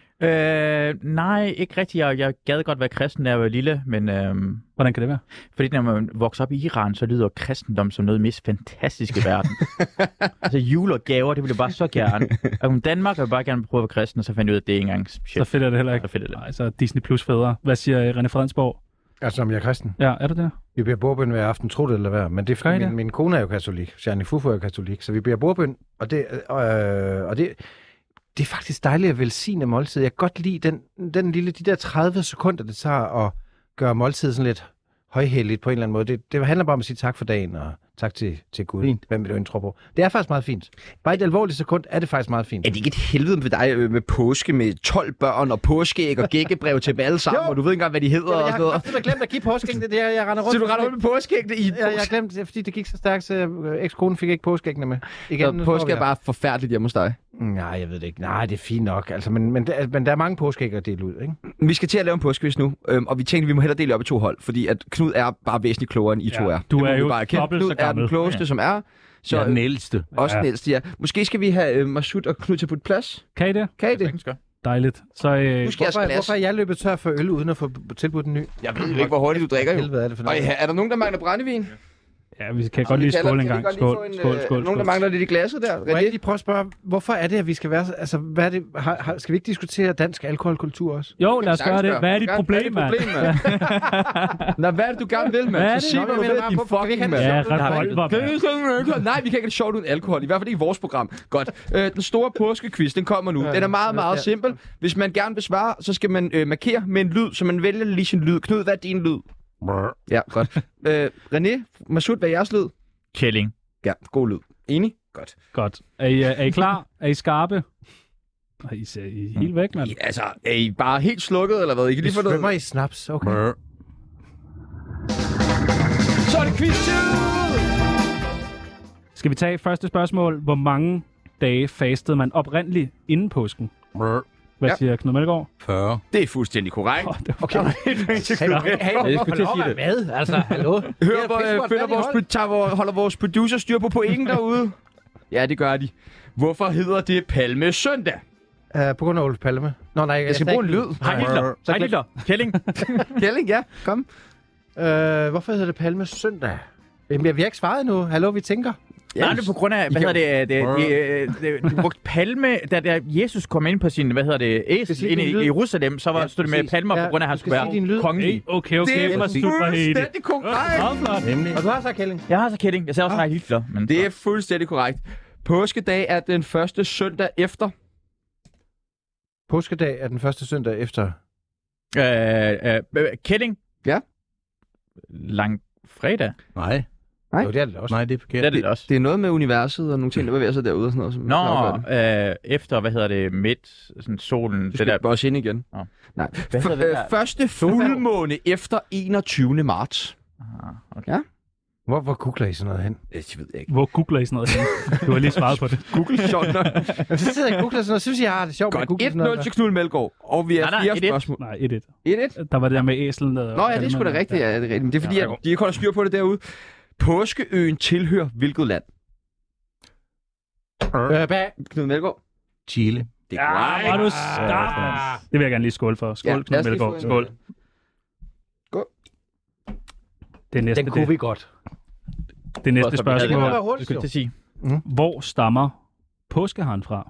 Øh, nej, ikke rigtigt. Jeg, jeg gad godt være kristen, da jeg var lille, men øh, Hvordan kan det være? fordi når man vokser op i Iran, så lyder kristendom som noget mest fantastiske i verden. Altså jule og gaver, det ville jeg bare så gerne. Og i Danmark vil jeg bare gerne prøve at være kristen, og så fandt jeg ud af, at det er ikke engang Så specielt. fedt er det heller ikke. Så fedt er det. Nej, så Disney Plus fædre. Hvad siger øh, René Fredensborg? Altså, om jeg er kristen. Ja, er det det? Vi beder bordbøn hver aften, tro det eller hvad. Men det er Gør I fordi, det? min, min kone er jo katolik. Sjani Fufu er jo katolik. Så vi beder bordbøn, og det, øh, og det, det er faktisk dejligt at velsigne måltid. Jeg kan godt lide den, den lille, de der tredive sekunder, det tager at gøre måltid sådan lidt højhelligt på en eller anden måde. Det, det handler bare om at sige tak for dagen, og tak til, til Gud. Fint. Hvem vil du indtro på? Det er faktisk meget fint. Bare et alvorligt sekund er det faktisk meget fint. Er det ikke et helvede med dig øh, med påske med tolv børn og påskeæg og gækkebrev til dem alle sammen, Jo. og du ved ikke engang, hvad de hedder og jeg sådan noget? har kraftigt glemt at give påskæg. Det er det, jeg render rundt. Så du render rundt med påskeæg i Ja, jeg har glemt det, fordi det gik så stærkt, så øh, ekskonen fik ikke påskæggene med. Igen, nu påske står vi er her. bare forfærdeligt hjemme hos dig. Nej, jeg ved det ikke. Nej, det er fint nok. Altså, men, men, der, men der er mange påskeæg at dele ud, ikke? Vi skal til at lave en påskequiz nu, øhm, og vi tænkte, vi må hellere dele op i to hold, fordi at Knud er bare væsentligt klogere, end I to Ja, er. du Det må er vi jo bare erkende. dobbelt Knud så er den gammel. klogeste, Ja. som er. Så Så jeg er den ældste. også Ja. den ældste, ja. Måske skal vi have øh, Masoud og Knud til at putte plads. Kan I det? Kan I Det det? kan gøre. Dejligt. Så øh, Nu skal jeg Hvorfor, glas. hvorfor er jeg løbet tør for øl, uden at få tilbudt en ny? Jeg ved ikke, hvor hurtigt du drikker jo. Helvede er det for Og noget? er der nogen, der mangler brændevin? ja, vi kan godt lige skåle en gang. Skål, skål, skål. Nogen, der mangler lidt i glasset der? Må jeg René? ikke lige prøve at spørge, hvorfor er det, at vi skal være... Altså, hvad er det, har, har, skal vi ikke diskutere dansk alkoholkultur også? Jo, lad os Sagtens gøre det. gøre. Hvad er dit Hvad problem, er mand? dit problem, mand? Nå, hvad er det, du gerne vil, Hvad er mand? det? Så sig, Nå, hvad jeg du mener vil, bare, din hvorfor kan vi ikke fucking have mand. det Ja, sjovt? revolver, Det er mand. sådan alkohol. Nej, vi kan ikke have det sjovt uden alkohol. I hvert fald ikke i vores program. Godt. Øh, den store påskequiz, den kommer nu. Den er meget, meget simpel. Hvis man gerne vil svare, så skal man øh, markere med en lyd, så man vælger lige sin lyd. Knud, hvad er din lyd? Ja, godt. øh, René, Masoud, hvad er jeres lyd? Kælling. Ja, god lyd. Enig? Godt. Godt. Er I, øh, er I klar? Er I skarpe? Nej, I ser I er helt væk, mand. I, altså, er I bare helt slukket, eller hvad? I kan Vi lige få svømmer noget. i snaps, okay. Så er det quiz Skal vi tage første spørgsmål? Hvor mange dage fastede man oprindeligt inden påsken? Hvad Ja. siger Knud Melgaard? fyrre. Det er fuldstændig korrekt. Oh, det var Okay. Hey, hey, Jeg skulle til at sige det. Hvad? Altså, hallo? Hør, hvor, øh, finder vores, pro- tager, hvor, holder vores producer styr på pointen derude? Ja, det gør de. Hvorfor hedder det Palme Søndag? Uh, på grund af Ulf Palme. Nå, nej, Jeg skal bruge en lyd. Hej Hitler. Hej Hitler. Kælling. Kælling, ja. Kom. Uh, hvorfor hedder det Palme Søndag? Jamen, vi har ikke svaret endnu. Hallo, vi tænker. Nej, det er på grund af, hvad hedder det, det, det, det, de brugte palme, da, da Jesus kom ind på sin, hvad hedder det, æsel ind i, i Jerusalem, så var Ja, stod det med præcis. palmer, Ja, på grund af, at han du skal skulle sige din lyd. være kongelig. Hey, okay, okay. Det er Masoud Vahedi. fuldstændig korrekt. Meget flot. Nemlig. Og du har så Kælling. Jeg har så kælling. Jeg sagde også, hej Hitler. Men Det er fuldstændig korrekt. Påskedag er den første søndag efter. Påskedag er den første søndag efter... Øh, øh, kælling. Ja. Lang fredag. Nej. Nej. Jo, det er det også. Nej, det er forkert. Det er det også. Det er noget med universet og nogle ting, der bevæger sig derude og sådan noget. Som Nå, man kan øh, efter, hvad hedder det, midt, sådan solen, Du det skal der. bosse ind igen. Nå. Nej. Hvad F- hedder det øh, der? første fuldmåne efter enogtyvende marts. Ah, okay. Hvor, hvor googler I sådan noget hen? Det ved jeg ikke. Hvor googler I sådan noget hen? Du har lige svaret på det. Google sjovt nok. Jamen, så sidder jeg og googler sådan noget. Synes jeg, har det sjovt med at Godt. google sådan noget. et nul til Knud Melgaard. Og vi er Nej, nej, fire et et. spørgsmål. Nej, et et. et et? Der var det der med æslen. Der, Nå ja, det er sgu da rigtigt. Ja, det er rigtigt. Men det er fordi, Ja, at jo. de ikke holder styr på det derude. Påskeøen tilhører hvilket land? Øh, bag. Knud Melgaard. Chile. Det er Ja, korrekt. var du start, mand. Det vil jeg gerne lige skåle for. Skål, Ja, ja, lad Knud os lige Melgaard. få en- Skål. Det næste, Den kunne det, vi godt. det næste Det var spørgsmål. hurtigt, skulle jeg til at sige. Hvor stammer påskeharen fra?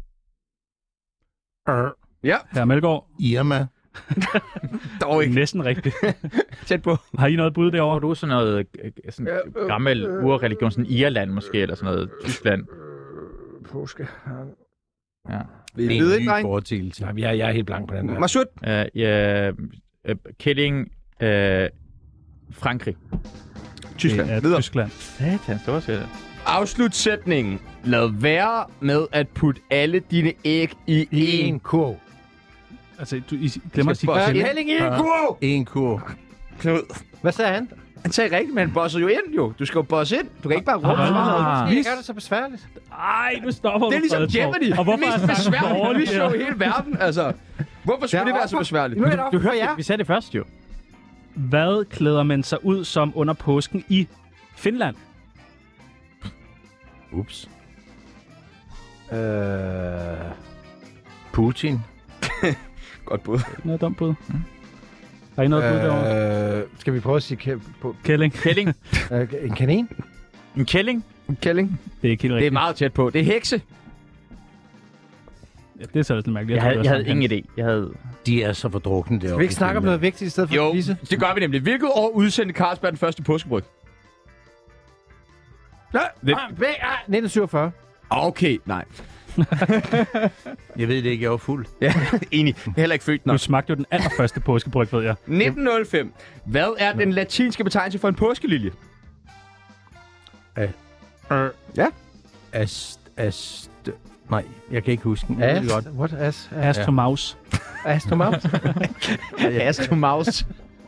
Ja, Herre Melgaard, Irma. dog ikke. næsten rigtigt. Tæt på. Har I noget bud Hvor derovre? du er sådan noget øh, sådan Ja, øh, gammel øh, urreligion, sådan Irland måske, eller sådan noget Tyskland. Påske. Ja. Vi Det ved er ikke, en ny dreng. foretagelse. Nej, jeg, jeg er helt blank på den der. Masud. Uh, ja, uh, Killing, uh, Frankrig. Tyskland. Det er Videre. Tyskland. Satan, så også det. Afslut sætningen. Lad være med at putte alle dine æg i I en en kurv. Altså, du I glemmer at sige Skal killing. Helling i en kurv! En kur. Knud. Hvad sagde han? Han sagde rigtigt, men han bosser jo ind, jo. Du skal jo bosse ind. Du kan ikke bare råbe. Ah. Jeg gør det så besværligt. Ej, nu stopper Det er du, ligesom Fredensborg. Jeopardy. Og hvorfor Det er mest det så besværlige dårligt quizshow her? i hele verden. Altså, hvorfor skulle Der det er være så offer. besværligt? Nu er det op Du for hørte jer. det, vi sagde det først jo. Hvad klæder man sig ud som under påsken i Finland? Ups. Øh, Putin. Godt bud. Noget dumt bud. Har I noget bud derovre? øh, skal vi prøve at sige ke- på, Kælling. Kælling. øh, en kanin? En kælling. Kælling. Det er ikke helt Det er rigtigt. meget tæt på. Det er hekse. Ja, det er så lidt mærkeligt. Jeg tror, havde, det jeg var havde sådan, ingen idé. Jeg havde... De er så fordrukne deroppe. Skal vi ikke snakke om noget vigtigt i stedet for Jo, at vise? det gør vi nemlig. Hvilket år udsendte Carlsberg den første påskebryg? Nej, Det- ah, væk, ah, nitten syvogfyrre. Okay, nej. Jeg ved det ikke, jeg var fuld. Ja, enig. Jeg er heller ikke født Du nok. smagte jo den allerførste påskebryg, ved jeg. nitten nul fem. Hvad er den latinske betegnelse for en påskelilje? Ast, ast... Nej, jeg kan ikke huske den. Jeg ved As, det godt. what? As, As to mouse. Astronaut? Astromaus.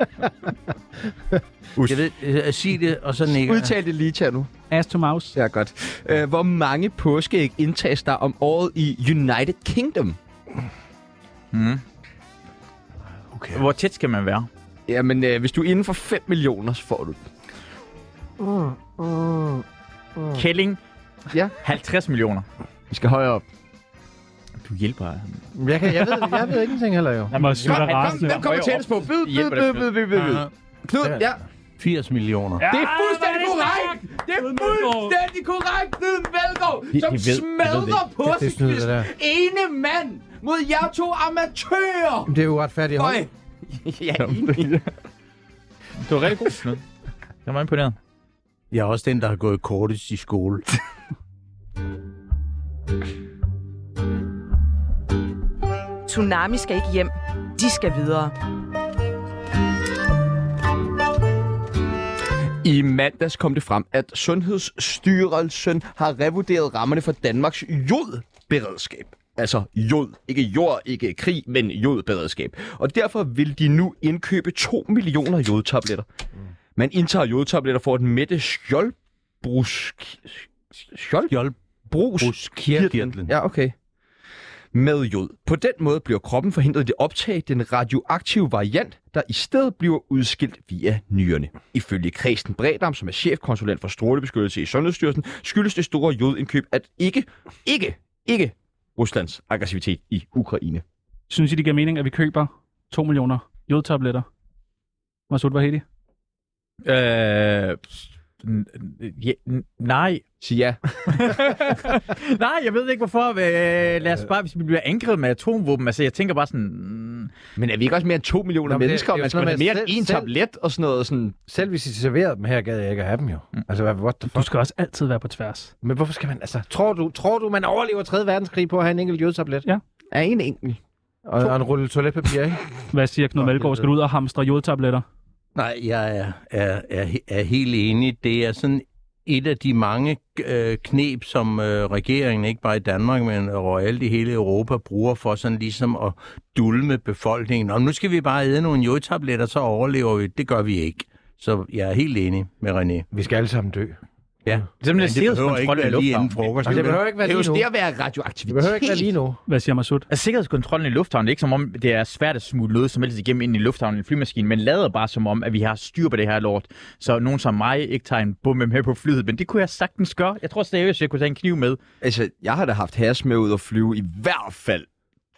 Jeg ved, øh, sig det, og så nikker jeg. Udtal det lige til nu. As to mouse. Ja, godt. Uh, hvor mange påskeæg indtages der om året i United Kingdom? Mm. Okay. Hvor tæt skal man være? Jamen, uh, hvis du er inden for fem millioner, så får du det. Kælling. Ja. halvtreds millioner. Vi skal højere op. Du hjælper. Jeg, kan, jeg, ved, jeg ved ingenting heller jo. Jeg må syge dig Kom, rasende. hvem kommer tættest på? Byd, byd, byd, byd, byd, byd, byd. Knud, ja. firs millioner. Det er fuldstændig korrekt! Det er fuldstændig korrekt, Knud Melgaard, De- som de ved- de ved smadrer Det er snyd, det der. påskequiz. Ene mand mod jer to amatører! Det er jo uretfærdigt. Øj. Ja, enig. Du var rigtig god, Knud. Jeg var imponeret. Jeg er også den, der har gået kortest i skole. Tsunami skal ikke hjem. De skal videre. I mandags kom det frem, at Sundhedsstyrelsen har revurderet rammerne for Danmarks jodberedskab. Altså jod. Ikke jord, ikke krig, men jodberedskab. Og derfor vil de nu indkøbe to millioner jodtabletter. Man indtager jodtabletter for at mætte skjoldbrus... Skjold? Bruskirtlen. Ja, okay. Med jod. På den måde bliver kroppen forhindret i at optage den radioaktive variant, der i stedet bliver udskilt via nyrerne. Ifølge Kristen Bredam, som er chefkonsulent for strålebeskyttelse i Sundhedsstyrelsen, skyldes det store jodindkøb at ikke, ikke, ikke Ruslands aggressivitet i Ukraine. Synes I, det giver mening, at vi køber to millioner jodtabletter? Masud Vahedi? Øh... n- Ja, n- nej. Sig ja. Nej, jeg ved ikke hvorfor. Øh, lad os bare, hvis vi bliver angrebet med atomvåben. Altså, jeg tænker bare sådan... mm, Men er vi ikke også mere end to millioner Nå, men det- mennesker? det er jo Man skal sådan have noget mere med end en selv- tablet og sådan noget. Sådan... Selv hvis I serverede dem her, gad jeg ikke at have dem jo. Mm. Altså, hvad- what the Du fuck? skal også altid være på tværs. Men hvorfor skal man, altså, tror du, tror du man overlever tredje verdenskrig på at have en enkelt jodtablet? Ja. Er en enkelt. Og, og en rulle toiletpapir, ikke? Hvad siger Knud Nå, Melgaard? det- Skal du ud og hamstre jodtabletter? Nej, jeg er, er, er, er helt enig. Det er sådan et af de mange øh, knep, som øh, regeringen, ikke bare i Danmark, men royalt i hele Europa, bruger for sådan ligesom at dulme befolkningen. Og nu skal vi bare æde nogle jodtabletter, så overlever vi. Det gør vi ikke. Så jeg er helt enig med René. Vi skal alle sammen dø. Ja, Det er simpelthen men det behøver ikke sikkerhedskontrollen i være lige inden lufthavnen. frokost. Altså, det behøver ikke være Det er lige jo nu. det at være Det radioaktivitet. behøver ikke være lige nu. Hvad siger Masud? Altså, sikkerhedskontrollen i lufthavnen, det er ikke som om, det er svært at smule noget som helst igennem ind i lufthavnen i en flymaskine, men lader bare som om, at vi har styr på det her lort. Så nogen som mig ikke tager en bombe med på flyet, men det kunne jeg sagtens gøre. Jeg tror seriøst, jeg kunne tage en kniv med. Altså, jeg har da haft has med ud og flyve i hvert fald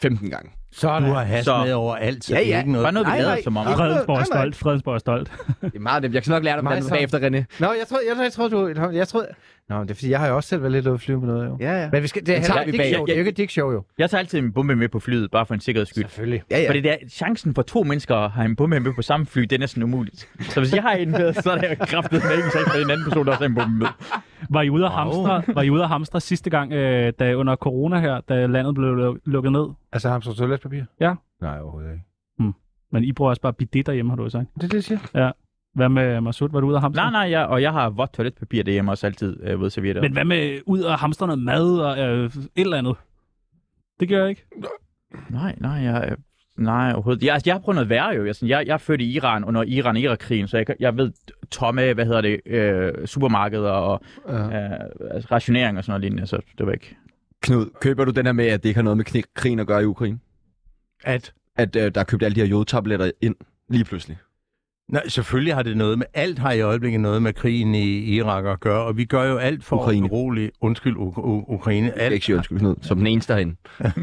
femten gange. Sådan. Du har has Så- med over alt, så Ja, det er ja. ikke noget. Bare noget, vi Nej, lader nej. som om. Nej. Fredensborg er nej, nej. stolt. Fredensborg er stolt. Det er meget nemt. Jeg kan nok lære dig, hvordan Mig du så. bagefter, René. Nå, jeg troede, jeg, jeg troede, du... Jeg troede... Nå, det er fordi, jeg har jo også selv været lidt ude at flyve med noget, jo. Ja, ja. Men vi skal, det er Det tager heller vi ikke bag. show. Det er jo ikke et dick-show, jo. Jeg tager altid en bombe med på flyet, bare for en sikkerheds skyld. Selvfølgelig. Ja, ja. Fordi det er, chancen for to mennesker at have en bombe med på samme fly, det er næsten umuligt. Så hvis jeg har en med, så er det kraftigt med ikke chance for en anden person, der også har en bombe med. Var I ude at Wow. hamstre, var I ude at hamstre sidste gang, øh, da under corona her, da landet blev lu- lukket ned? Altså, har han toiletpapir? Ja. Nej, overhovedet ikke. Men I bruger også bare bidet derhjemme, har du sagt. Det er det, jeg siger. Hvad med Masud? Var du ude at hamstre? Nej, nej, jeg, og jeg har vådt toiletpapir derhjemme også altid øh, vådservietter. Men hvad med ud og hamstre noget mad og øh, et eller andet? Det gør jeg ikke. Nej, nej, jeg, øh, nej overhovedet. Jeg, altså, jeg har prøvet noget værre jo. Jeg, sådan, jeg, jeg er født i Iran under Iran-Irak-krigen, så jeg, kan- jeg ved tomme, hvad hedder det, øh, supermarkeder og Ja. øh, altså, rationering og sådan noget lignende, så det var ikke... Knud, køber du den her med, at det ikke har noget med kni- krigen at gøre i Ukraine? At, At øh, der er købt alle de her jodtabletter ind lige pludselig? nej, selvfølgelig har det noget med, alt har i øjeblikket noget med krigen i Irak at gøre, og vi gør jo alt for Ukraine. at urolig, undskyld, U- U- Ukraine, Alt. alt, Ikke sige undskyld, Knud, som den eneste herinde.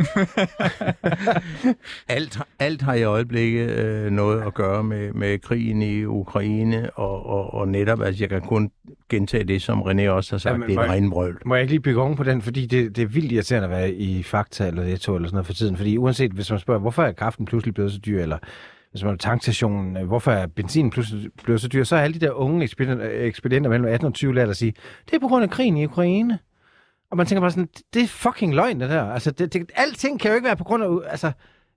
alt, har- alt har i øjeblikket øh, noget at gøre med, med krigen i Ukraine, og, og, og netop, altså jeg kan kun gentage det, som René også har sagt, Jamen, det er må et jeg- ren brøl. Må jeg ikke lige bygge oven på den, fordi det, det er vildt irriterende at være i Fakta eller Netto eller sådan noget for tiden. Fordi uanset, hvis man spørger, hvorfor er kraften pludselig blevet så dyr, eller hvis man er tankstationen, øh, hvorfor er benzin pludselig blevet så dyr, så er alle de der unge ekspedienter, ekspedienter mellem atten og tyve lært at sige, det er på grund af krigen i Ukraine. Og man tænker bare sådan, det er fucking løgn, det der. Altså, det, det, alting kan jo ikke være på grund af... Altså,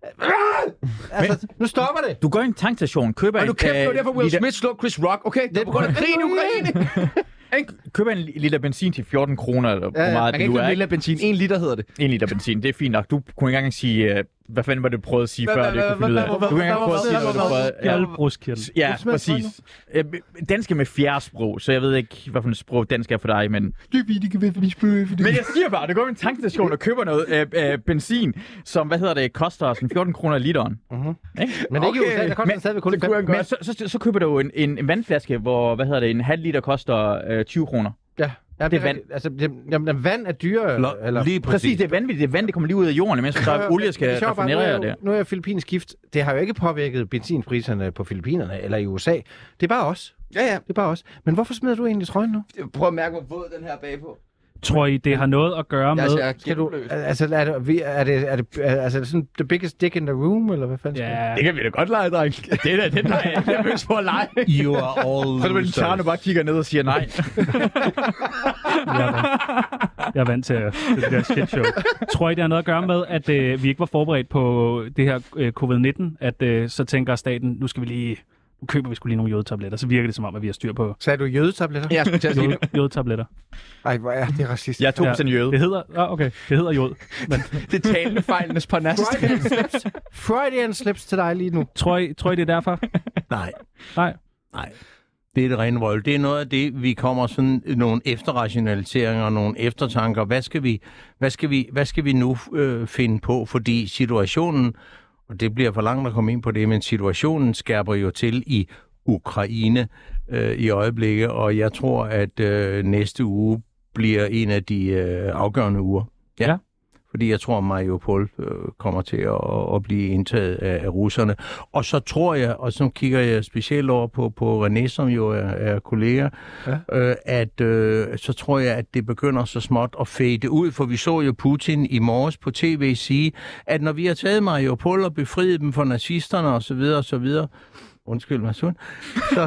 altså nu stopper det. Du går i en tankstation, køber Og en... du kæft, det var derfor Will liter- Smith slog Chris Rock. Okay, det er på grund af krigen i Ukraine. Ikke? Køber en liter benzin til fjorten kroner, eller hvor Ja, ja. meget Man det kan nu ikke er. købe en lille benzin. En liter hedder det. En liter benzin, det er fint nok. Du kunne ikke engang sige, uh, hvad fanden var det, du prøvede at sige Hvad- før, hvad- det kunne hvad- finde ud af. hvad- Du kunne ikke engang prøve at sige, hvad du prøvede. Ja. Galbruskirtel. Ja, Hvad smager præcis. Øh, Dansk er med fjerde sprog, så jeg ved ikke, hvad for et sprog dansk er for dig, men... Det er vildt, det kan være, fordi spørge, fordi... Men jeg siger bare, du går i en tankstation og køber noget øh, øh, benzin, som, hvad hedder det, koster sådan fjorten kroner literen. Mm-hmm. Ikke? Men ikke i Okay. U S A, der koster Men- det stadigvæk kun det kunne fem. jeg Men så, så, så køber du en, en, en vandflaske, hvor, hvad hedder det, en halv liter koster øh, tyve kroner. Ja, ja, Det er vand. rigtigt. Altså, det, jamen, vand er dyrere. Lå- Eller, Lige Præcis, præcis. det er vanvittigt. Det er vand, det kommer lige ud af jorden, mens der er olie, Det skal er sjovt bare, nu er raffinere jeg det. jo- Nu er jeg filippinsk gift. Det har jo ikke påvirket benzinpriserne på Filippinerne eller i U S A. Det er bare os. Ja, ja. Det er bare os. Men hvorfor smider du egentlig trøjen nu? Prøv at mærke, hvor våd den her bagpå. Tror I, det har noget at gøre med... Jeg ser Skal du, gennemblødt. altså, er det, vi- er det, er det, er, altså, er det sådan the biggest dick in the room, eller hvad fanden skal Ja, Det kan vi da godt lege, dreng. Det er da den, der er nervøs for at lege. You are all Så er det, losers. Tjerno bare kigger ned og siger nej. jeg er vant, jeg er vant til, til det der sketch show. Tror I, det har noget at gøre med, at øh, vi ikke var forberedt på det her øh, covid nitten? At øh, så tænker staten, nu skal vi lige... Nu køber vi sgu lige nogle jodtabletter. Så virker det som om, at vi har styr på Sagde du jødetabletter? Jeg skulle til at sige jod, jodtabletter. Ej, hvor er det racistisk. Jeg er to procent jøde. Det hedder... Ah, okay. Det hedder jod. Men det er talende fejlenes på næste. Freudian slips. Freudian slips til dig lige nu. tror I, tror I det er derfor? Nej. Nej. Nej. Det er det rene røv. Det er noget af det, vi kommer sådan nogle efterrationaliseringer, nogle eftertanker. Hvad skal vi, hvad skal vi, hvad skal vi nu øh, finde på? Fordi situationen, og det bliver for langt at komme ind på det, men situationen skærper jo til i Ukraine øh, i øjeblikket, og jeg tror, at øh, næste uge bliver en af de øh, afgørende uger. Ja. Ja. Fordi jeg tror, at Mariupol øh, kommer til at, at blive indtaget af, af russerne. Og så tror jeg, og så kigger jeg specielt over på, på René, som jo er, er kollega, ja. øh, at øh, så tror jeg, at det begynder så småt at fade ud, for vi så jo Putin i morges på tv sige, at når vi har taget Mariupol og befriet dem fra nazisterne osv. osv., undskyld mig, Sund, så,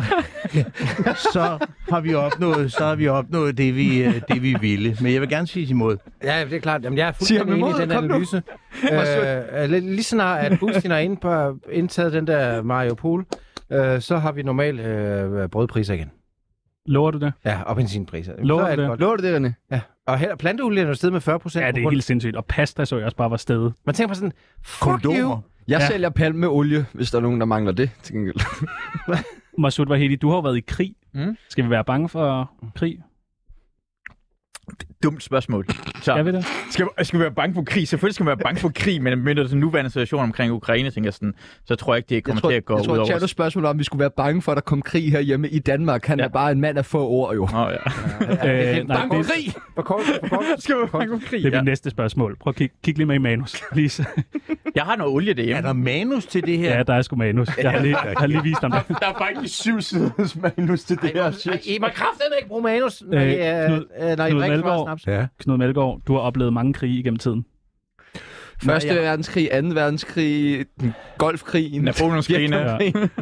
så har vi opnået, så har vi opnået det vi, øh, det, vi ville. Men jeg vil gerne sige imod. Ja, det er klart. Jamen, jeg er Sig ham fuldstændig enig i imod. den Kom nu. analyse. øh, lige lige snart, at Putin har inde på, indtaget den der Mariupol, øh, så har vi normalt øh, brødpriser igen. Lover du det? Ja, og benzinpriser. Lover Så er du det? godt. Lover du det, René? Ja. Og heller planteolien er jo steget med fyrre procent. Ja, det er helt sindssygt. Og pasta så jeg også bare var stedet. Man tænker på sådan, fuck Kondomer. you. Jeg Ja. sælger palmeolie, hvis der er nogen, der mangler det. Til gengæld. Masud Vahedi, du har jo været i krig. Mm. Skal vi være bange for krig? Dumt spørgsmål. Så, Jeg ved det. skal, skal vi være bange for krig? Selvfølgelig skal vi være bange for krig, men med den nuværende situation omkring Ukraine, tænker jeg sådan, så tror jeg ikke, det kommer Jeg tror, til at gå jeg ud tror, over at Tjernos spørgsmål om, vi skulle være bange for, at der kom krig herhjemme i Danmark. Han Ja. er bare en mand af få ord, jo. Åh, ja. Øh, nej, Bange det, for krig! For kort, for kort. Skal vi være bange for krig? det er Ja. mit næste spørgsmål. Prøv at kigge kig lige med i manus, please. Jeg har noget olie Er derhjemme. der manus til det her? Ja, der er sgu manus. Jeg har lige, jeg har lige vist ham det. Der er faktisk syv siders manus til det her shit. I må kraftedeme ikke bruge manus, når Øh, I, øh, Knud- øh, når I Knud drikker Melgaard. så snaps. Ja. Knud Melgaard, du har oplevet mange krige igennem tiden. Første Nej, jeg- verdenskrig, anden verdenskrig, Golfkrigen. Napoleonskrigene. Ja.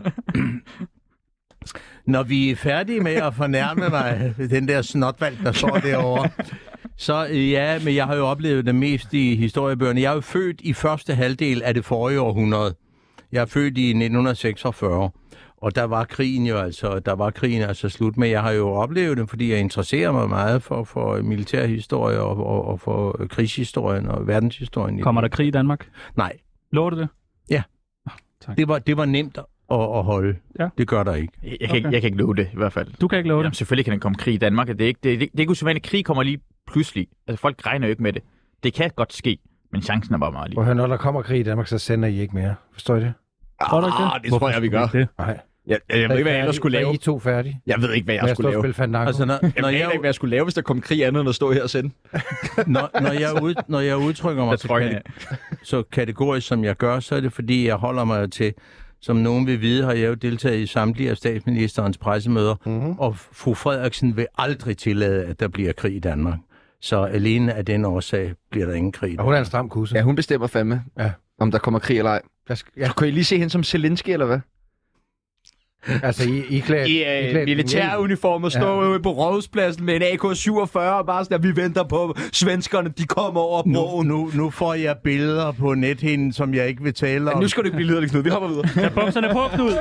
Når vi er færdige med at fornærme mig, den der snotvalg, der står derovre, så øh, ja, men jeg har jo oplevet det mest i historiebøgerne. Jeg er jo født i første halvdel af det forrige århundrede. Jeg er født i nitten seksogfyrre, og der var krigen jo altså, der var krigen altså slut. Men jeg har jo oplevet det, fordi jeg interesserer mig meget for, for militærhistorie og, og, og for krigshistorien og verdenshistorien. Kommer der krig i Danmark? Nej, Lover du det? det var, det var nemt at, at holde. Ja. Det gør der ikke. Jeg, jeg, kan ikke, jeg kan ikke love det, i hvert fald. Du kan ikke love Jamen, det. selvfølgelig kan der komme krig i Danmark. Det er ikke, det, det, det er ikke usædvanligt. Krig kommer lige pludselig. Altså, folk regner jo ikke med det. Det kan godt ske, men chancen er bare meget lige. Prøv at høre, når der kommer krig i Danmark, så sender I ikke mere. Forstår I det? Tror du ikke det? Ah, det tror jeg, vi gør. Det? Nej. Jeg, jeg, jeg ved ikke, hvad jeg ellers skulle lave. Er I to færdige? Jeg ved ikke, hvad jeg Må jeg skulle stå og lave. spille Fandango? Altså, når, Jeg når, ved jeg, ikke, hvad jeg skulle lave, hvis der kom krig andet end at stå her og sende. når, når, jeg, ud, når jeg udtrykker mig Jeg så, tror ikke, så kategorisk, som jeg gør, så er det, fordi jeg holder mig til, som nogen vil vide, har jeg jo deltaget i samtlige af statsministerens pressemøder, mm-hmm. og fru Frederiksen vil aldrig tillade, at der bliver krig i Danmark. Så alene af den årsag bliver der ingen krig. Og hun er en stram kusse. Ja, hun bestemmer fandme, Ja. om der kommer krig eller ej. Der skal, ja, Så kan I lige se hende som Zelensky, eller hvad? altså, I, I klædt... I I uh, klædt militæruniformer stå Ja. ja. på Rådhuspladsen med en A K syvogfyrre, og bare sådan, at vi venter på svenskerne, de kommer over Nu, broen. nu, nu får jeg billeder på nethinden, som jeg ikke vil tale Ja, om. nu skal du ikke blive liderlig, Knud. Vi hopper videre. Tag bukserne på, Knud!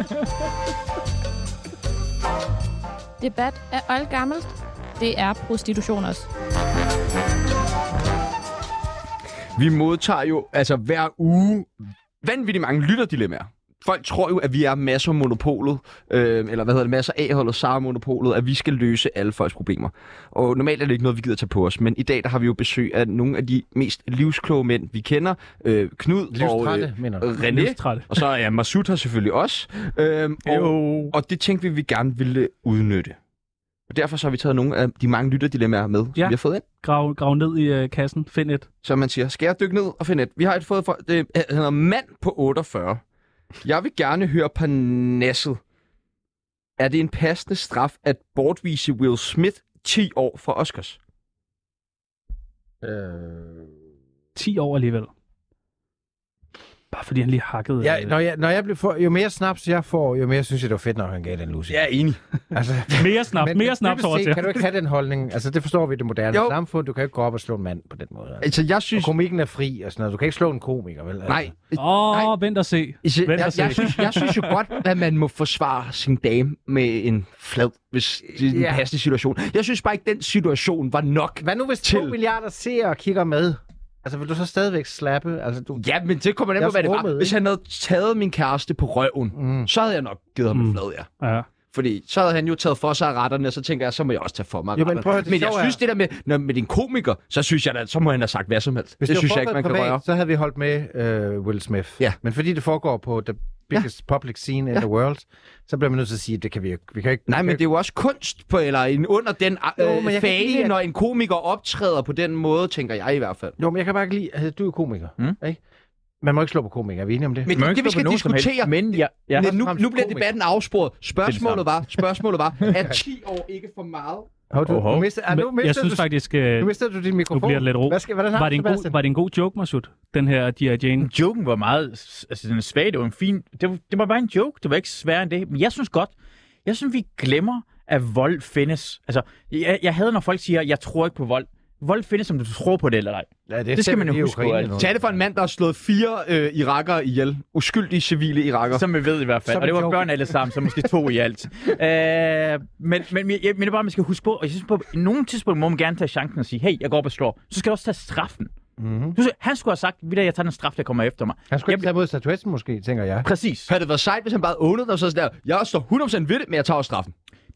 Debat er oldgammelt. Det er prostitution også. Vi modtager jo altså hver uge vanvittigt mange lytterdilemmaer. Folk tror jo, at vi er masser monopolet, øh, eller hvad hedder det, masser A-holdet, Sara-monopolet, at vi skal løse alle folks problemer. Og normalt er det ikke noget, vi gider tage på os, men i dag der har vi jo besøg af nogle af de mest livskloge mænd, vi kender. Øh, Knud Livstrætte, og øh, mener du? René, Livstrætte. og så er ja, Masud her selvfølgelig også. Øh, og, og det tænkte vi, vi gerne ville udnytte. Og derfor så har vi taget nogle af de mange lytterdilemmaer med, som Ja. vi har fået ind. Grav, grav ned i øh, kassen. Find et. Så man siger, skal jeg dykke ned og finde et? Vi har et fået for, det han hedder mand på otteogfyrre. Jeg vil gerne høre Parnasset. Er det en passende straf at bortvise Will Smith ti år for Oscars? Øh, ti år alligevel. Bare fordi han lige hakkede... ja, øh, når jeg, når jeg bliver for, jo mere snaps jeg får, jo mere synes jeg, det var fedt, når han gav den Lucy. Jeg er enig. Altså, Mere snaps, men- mere men snaps dybest over set til. Kan du ikke have den holdning? Altså, det forstår vi i det moderne Jo. samfund. Du kan ikke gå op og slå en mand på den måde. Altså. Altså, jeg Og synes... komikken er fri og sådan noget. Du kan ikke slå en komiker, vel? Altså. Nej. Åh, oh, vent og se. Altså, Vent jeg, og se. jeg, synes, jeg synes jo godt, at man må forsvare sin dame med en flad, hvis det er en Ja. passende situation. Jeg synes bare ikke, den situation var nok. Hvad nu, hvis Til- to milliarder seere kigger med? Altså, vil du så stadigvæk slappe? Altså, du... Ja, men det kommer nemt Jeg på, hvad det var. rummede, Hvis han havde taget min kæreste på røven, Mm. så havde jeg nok givet ham en Mm. flad, ja. Ja. Fordi så havde han jo taget for sig af retterne, og så tænker jeg, så må jeg også tage for mig af Jo, men retterne. prøv at høre, det men jeg sjove er- synes, det der med, når, med din komiker, så synes jeg da, så må han have sagt hvad som helst. Hvis det det synes var jeg ikke, man kan privat, røre. så havde vi holdt med øh, Will Smith. Ja. Men fordi det foregår på the biggest ja. public scene in Ja. the world, så bliver man nødt til at sige, at det kan vi ikke. Vi kan ikke Nej, men det er jo også kunst på, eller en, under den Jo, øh, men jeg kan ikke lide, fane, at- når en komiker optræder på den måde, tænker jeg i hvert fald. Jo, men jeg kan bare ikke lide, altså, du er komiker, Mm. ikke? Man må ikke slå på komikere, er vi enige om det? Men Man må det, ikke det vi slå på skal nogen som helst, diskutere, men ja, ja. men nu, frem nu til bliver komiker. debatten afsporet. Spørgsmålet samme. var, spørgsmålet var, er ti år ikke for meget? Hov, du, Hov, hov. nu mister, ah, nu Men mister jeg synes du, faktisk, nu øh, mister du din mikrofon. nu bliver det lidt ro. Hvad skal, hvordan har var, du, det en god, Sebastian? var det en god joke, Masud? Den her G I. Jane? Joken var meget altså, den er svag. Det var en fin... Det var, det var bare en joke. Det var ikke sværere end det. Men jeg synes godt... Jeg synes, vi glemmer, at vold findes. Altså, jeg, jeg hader, når folk siger, jeg tror ikke på vold. Vold findes, som du tror på det eller ej. Ja, det, det skal man jo i huske på, Ukraine altså. nu. Tag det for en mand, der har slået fire øh, irakere ihjel. Uskyldige civile irakere. Som vi ved i hvert fald. Som Og det var en joke. børn alle sammen, så måske to i alt. øh, men, men jeg mener bare, man skal huske på, og jeg synes på, i nogle tidspunkt må man gerne tage chancen og sige, hey, jeg går op og slår. Så skal du også tage straffen. Mm-hmm. Du, han skulle have sagt, ved du, jeg tager den straf, der kommer efter mig. Han skulle ikke Jeg- tage mod statuetten måske, tænker jeg. Præcis. Havde det været sejt, hvis han bare ownede og så sådan der, jeg står hundrede procent ved det, men jeg tager også straffen.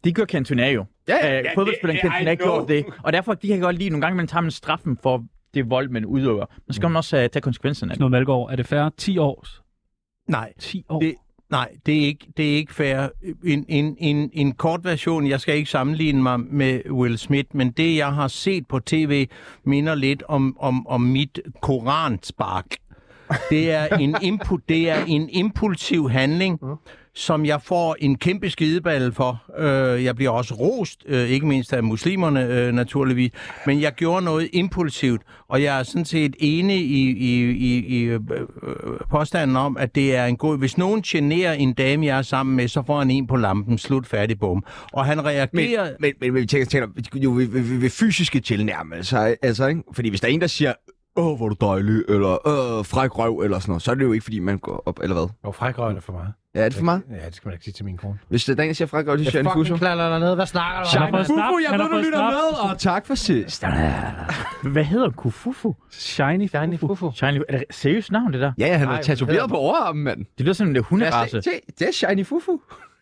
De gør Cantona jo. Ja, ja, Øh, ja, Fodboldspilleren det- Cantona I know. gjorde det. Og derfor de kan godt lide, nogle gange man tager man straffen for det vold, man udøver. Men så skal man også uh, tage konsekvenserne af Sådan det. noget Malgaard. Er det færre ti års? Nej, ti år? det, nej, det er ikke, det er ikke fair. En, en, en, en kort version, jeg skal ikke sammenligne mig med Will Smith, men det, jeg har set på tv, minder lidt om, om, om mit koranspark. Det er en, input, det er en impulsiv handling, som jeg får en kæmpe skideballe for. Øh, jeg bliver også rost, øh, ikke mindst af muslimerne øh, naturligvis, men jeg gjorde noget impulsivt, og jeg er sådan set enig i, i, i, i øh, påstanden om, at det er en god... Hvis nogen generer en dame, jeg er sammen med, så får han en på lampen, slut, færdig, bum. Og han Men, reagerer... men, men, men vi tænker, tænker jo ved, ved, ved fysiske tilnærmelser, altså, ikke? Fordi hvis der er en, der siger, åh, hvor er du dejlig, eller åh, fræk røv, eller sådan noget, så er det jo ikke, fordi man går op, eller hvad? Og frækrøven er for meget. Ja, er det for meget? Ja, det skal man ikke sige til min kone. Hvis der er en, der siger fræk røv, det siger Jeg Fuso. fucking klaller dernede. Hvad snakker du Han om? har fået snap. jeg Han ved, har du fået lytter snap. med, og tak for sidst. Hvad hedder Kufufu? Shiny Shiny Fufu. Fufu. Shiny, er det seriøst navn, det der? Ja, han Nej, er tatoveret på overarmen, mand. Det lyder som en hunderace. Det, det er Shiny Fufu.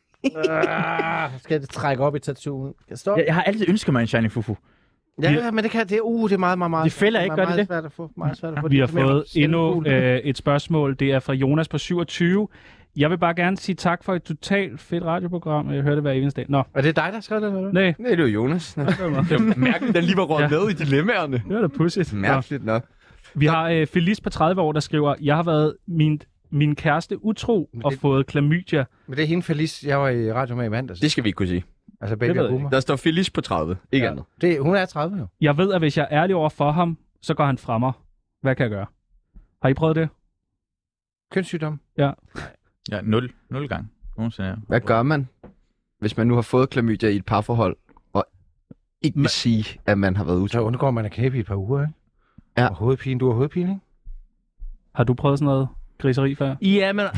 Ah, skal det trække op i tattooen? Kan jeg stoppe? Jeg, jeg har altid ønsket mig en Shiny Fufu. Ja, ja, men det kan det. Uh, det er meget, meget, meget. De fælder ikke, gør de meget det? Svært at få, meget svært at få. Vi har Det er mere fået endnu selvfugl. øh, et spørgsmål. Det er fra Jonas på syvogtyve. Jeg vil bare gerne sige tak for et totalt fedt radioprogram. Jeg hører det hver eneste dag. Nå, Er det dig, der skrev det, eller hvad? nej. Nej, det er jo Jonas. Nå. Det er mærkeligt, den lige var råd med i dilemmaerne. Det var da pudsigt. Nå. Mærkeligt nok. Vi har øh, Felice på tredive år, der skriver, jeg har været min, min kæreste utro og det- fået klamydia. Men det er hende Felice, jeg var i radio med i mandags. Det skal vi ikke kunne sige. Altså Det baby ved og jeg boomer. Der står Felice på tredive, ikke ja. andet. Det, hun er tredive jo. Jeg ved, at hvis jeg er ærlig over for ham, så går han fra mig. Hvad kan jeg gøre? Har I prøvet det? Kønssygdom. Ja, nul. Nul gang. Nogensinde, ja. Hvad gør man, hvis man nu har fået klamydia i et parforhold, og ikke vil sige, at man har været Så utro? undgår man at knæppe i et par uger, ikke? Ja. Og hovedpine. Du har hovedpine, ikke? Har du prøvet sådan noget griseri før? Ja, men...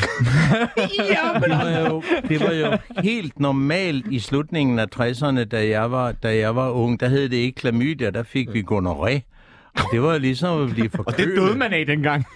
ja, men... Det var, jo, det var jo helt normalt i slutningen af tresserne, da jeg var, da jeg var ung. Der hed det ikke klamydia, der fik vi gonorrhé. Og det var ligesom at blive forkølet. man af dengang.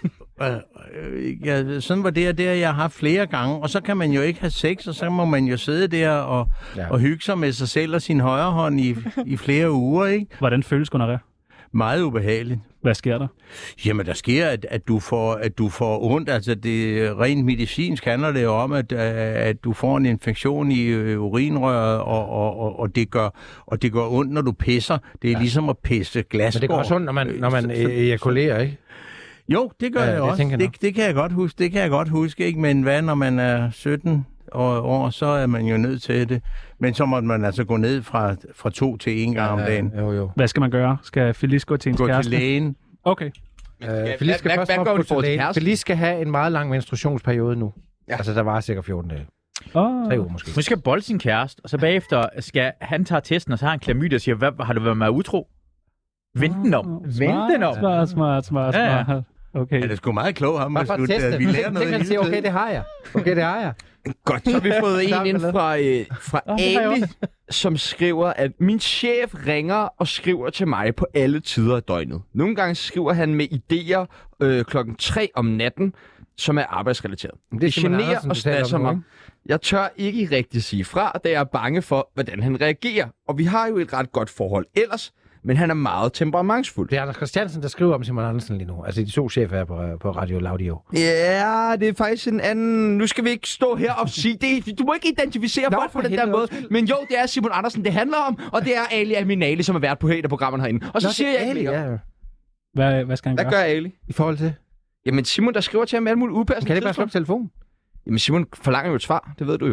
Øh, ja, sådan var det, og det har jeg haft flere gange. Og så kan man jo ikke have sex, og så må man jo sidde der og, Ja. ja. og hygge sig med sig selv og sin højre hånd i, i flere uger, ikke? Hvordan føles gonorrhea? Meget ubehageligt. Hvad sker der? Jamen, der sker, at, at, du får, at du får ondt. Altså, det rent medicinsk handler det jo om, at, at du får en infektion i øh, urinrøret, og, og, og, og, det gør, og det gør ondt, når du pisser. Det er ja. ligesom at pisse glas. Men det går også ondt, når man, når man ejakulerer, ikke? Jo, det gør Ja, ja, det jeg også. tænker jeg nok. Det, det kan jeg godt huske. Det kan jeg godt huske, ikke? Men hvad, når man er sytten år, så er man jo nødt til det. Men så må man altså gå ned fra, fra to til en gang om dagen. Jo, jo. Hvad skal man gøre? Skal Felice gå til hendes Gå til kæreste? lægen. Okay. Øh, Felice skal hvad- først hvad op gør på hun for til lægen. kæresten? Felice skal have en meget lang menstruationsperiode nu. Ja. Altså, der var cirka fjorten dage. Oh. Tre uger måske. Hun skal bolde sin kæreste, og så bagefter skal han tage testen, og så har han klamydia og siger, hvad, har du været med utro? Vent den om. Vent den om. Smart, smart, smart, Ja, ja. smart. Okay. Ja, det er sgu meget klogt ham Bare at for at slutte. teste. Vi lærer Tænk, noget han hele siger, okay, tiden. det har jeg. Okay, det har jeg. Godt, så har vi fået Så har en vi ind lavet. fra, øh, fra Nå, det har jeg Ali, som skriver, at min chef ringer og skriver til mig på alle tider af døgnet. Nogle gange skriver han med idéer øh, klokken tre om natten, som er arbejdsrelateret. Men Det, det Simon generer Andersen, og du taler om stresser nu, mig. ikke? Jeg tør ikke rigtig sige fra, da jeg er bange for, hvordan han reagerer. Og vi har jo et ret godt forhold ellers, men han er meget temperamentsfuld. Det er Anders Christiansen, der skriver om Simon Andersen lige nu. Altså, de to chefer er på, på Radio Laudio. Ja, det er faktisk en anden... Nu skal vi ikke stå her og sige det. Du må ikke identificere Nå, folk for på den der helvede, måde. undskyld. Men jo, det er Simon Andersen, det handler om. Og det er Ali Aminali, som har været på et af programmerne herinde. Og så Nå, siger det er jeg ikke Ali, mere. ja. Hvad, hvad skal han Hvad gøre? gør Ali? I forhold til? Jamen Simon, der skriver til ham med alle mulige upassende Kan det bare slukke tidspunkter. telefonen? Jamen Simon forlanger jo et svar, det ved du jo.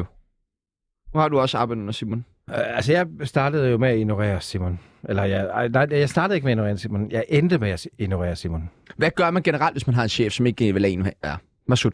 Nu har du også arbejdet under Simon. Uh, altså, jeg startede jo med at ignorere Simon. Eller, jeg, ej, nej, jeg startede ikke med at ignorere Simon. Jeg endte med at ignorere Simon. Hvad gør man generelt, hvis man har en chef, som ikke vil lade en ja. Masud?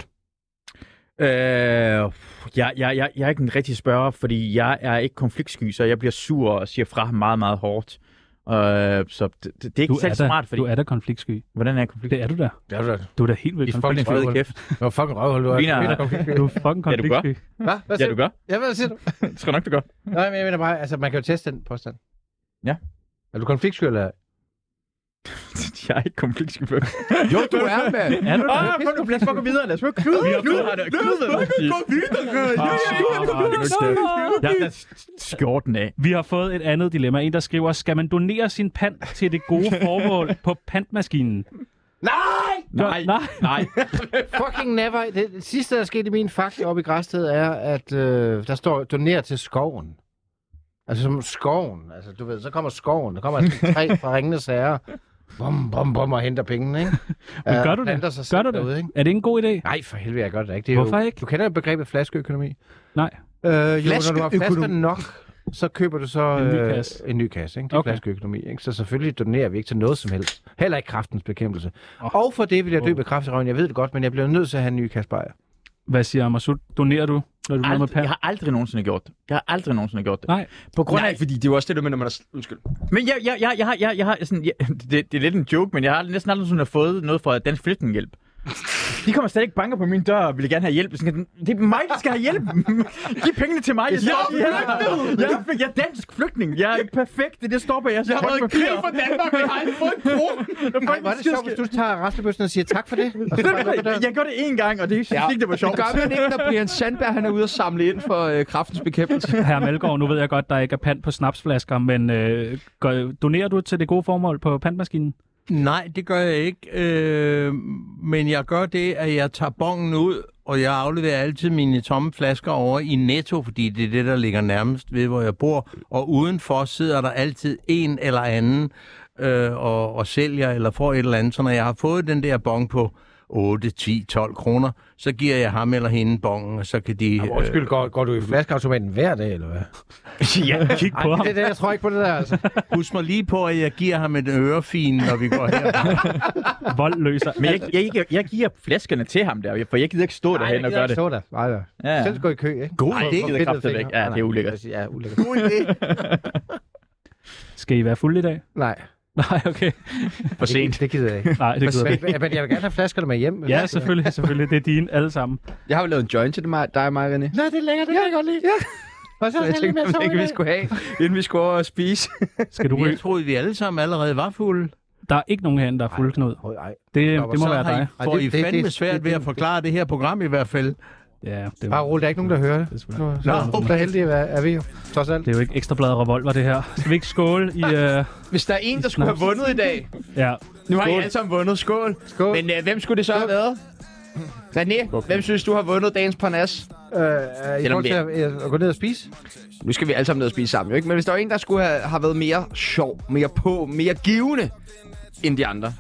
Øh, jeg, jeg, jeg, jeg er ikke en rigtig spørger, fordi jeg er ikke konfliktsky, så jeg bliver sur og siger fra meget, meget hårdt. Øh, så det, det, det er ikke Du selv er, da, smart, fordi... du er da konfliktsky. Hvordan er jeg konfliktsky? Det er du da. Det er du da. Du er da helt vildt I fucking konfliktsky. Hold røvhul. kæft. Det var fucking røvhul, du er. Viner- Viner konfliktsky. Du er fucking Ja, du gør. konfliktsky. Hvad? Hvad Ja, siger du gør. Ja, hvad siger du? Det skal nok, du gør. Nej, men jeg mener bare, altså, man kan jo teste den påstand. Ja. Er du konfliktsky, eller? Jeg er ikke konfliktsky. Jo, du er, mand. Er du Åh, det? kom nu, lad os bare gå videre. Lad os bare Knud. Knud har det. Knud har det. Jeg er skjorten af. Vi har fået et andet dilemma. En, der skriver, skal man donere sin pant til det gode formål på pantmaskinen? Nej! Nej, nej, nej. Fucking never. Det, det sidste, der er sket i min fakta oppe i Græsted, er, at øh, der står doner til skoven. Altså som skoven. Altså, du ved, så kommer skoven. Der kommer altså et træ fra Ringenes Herre. Bum, bum, bum, og henter pengene, ikke? Men gør Uh, du det? sig Gør du det? derude, ikke? Er det en god idé? Nej, for helvede, jeg gør det ikke. Det er Hvorfor jo, ikke? Du kender jo begrebet flaskeøkonomi. Nej. Øh, jo, når du har Flaskeøkonomi. flasker nok, så køber du så En ny øh, kasse. en ny kasse. Ikke? Det er Okay. okay. Flaskeøkonomi. Ikke? Så selvfølgelig donerer vi ikke til noget som helst. Heller ikke kræftens bekæmpelse. Oh. Oh. Og for det vil jeg dø med kræft i røven. Jeg ved det godt, men jeg bliver nødt til at have en ny kasse bajer. Hvad siger Masud? Donerer du, når du er med Aldrig, pant? jeg har aldrig nogensinde gjort det. Jeg har aldrig nogensinde gjort det. Nej. På grund af... Nej, fordi det er jo også det, du mener, når man er... Undskyld. Men jeg, jeg, jeg, jeg, har, jeg, jeg har sådan... Jeg, det, det er lidt en joke, men jeg har næsten aldrig sådan fået noget fra Dansk Flygtningehjælp. De kommer stadig banker på min dør og vil gerne have hjælp. Sådan, det er mig, der skal have hjælp. Giv pengene til mig. Jeg, jeg, jeg, jeg, jeg, jeg er dansk flygtning. Jeg er perfekt. Det, det stopper jeg. Jeg har været i krig for Danmark, men jeg har ikke fået en krone. Nej, hvor er det sjovt, hvis du tager raslebøssen og siger tak for det. Og så bare lukker døren. Jeg gør det én gang, og det synes ikke, det var sjovt. Det gør man ikke, når Brian Sandberg han er ude og samle ind for øh, kræftens bekæmpelse. Herre Melgaard, nu ved jeg godt, der ikke er pant på snapsflasker, men øh, gør, donerer du til det gode formål på pantmaskinen? Nej, det gør jeg ikke. Øh, men jeg gør det, at jeg tager bongen ud, og jeg afleverer altid mine tomme flasker over i Netto, fordi det er det, der ligger nærmest ved, hvor jeg bor. Og udenfor sidder der altid en eller anden øh, og, og sælger eller får et eller andet. Så når jeg har fået den der bong på otte, ti, tolv kroner, så giver jeg ham eller hende bongen, og så kan de... Jamen, undskyld, går, går du i flaskeautomaten hver dag, eller hvad? Ja, kig på Ej, ham. det, det, jeg tror ikke på det der, altså. Husk mig lige på, at jeg giver ham et ørefin, når vi går her. Vold løser. Men jeg, jeg, jeg, jeg giver flaskerne til ham der, for jeg gider ikke stå derhen og gøre det. Nej, jeg Nej, nej. Ja, ja. Selv gå i kø, ikke? God Ej, idé. det Det er kraftigt væk. Ja, det er ulækkert. Ja, ulækkert. God idé. Skal I være fulde i dag? Nej, Nej, okay. For sent. det, det gider jeg ikke. Nej, det gider jeg Men, ikke. men jeg vil gerne have flaskerne med hjem. Ja, selvfølgelig, selvfølgelig. Det er dine alle sammen. Jeg har jo lavet en joint til dig, dig Maja René. Nej, det er lækkert, det kan jeg godt lide. Ja. Og så, Så jeg tænkte, med om ikke vi skulle have, inden vi skulle over og spise. Skal du Jeg ryge? troede, vi alle sammen allerede var fulde. Der er ikke nogen herinde, der er fuld, Knud. Nej, Det, det må Så være har dig. I, får Ej, I det- det- fandme det- svært det- ved at det- forklare det her program i hvert fald. Ja, det bare er, roligt, der er ikke nogen, der hører det. det er Så, selvfølgelig- så, Nå, så heldige er, er vi jo, trods alt. det er jo ikke Ekstrabladet Revolver, det her. Skal vi ikke skåle i... Uh... Hvis der er en, der skulle have vundet i dag. Ja. Nu har I alle sammen vundet. Skål. Skål. Men øh, hvem skulle det så have været? René, hvem synes du har vundet dagens parnas? Øh, øh, I forhold til at, at gå ned og spise? Nu skal vi alle sammen ned og spise sammen, jo ikke? Men hvis der var en, der skulle have, have været mere sjov, mere på, mere givende end de andre.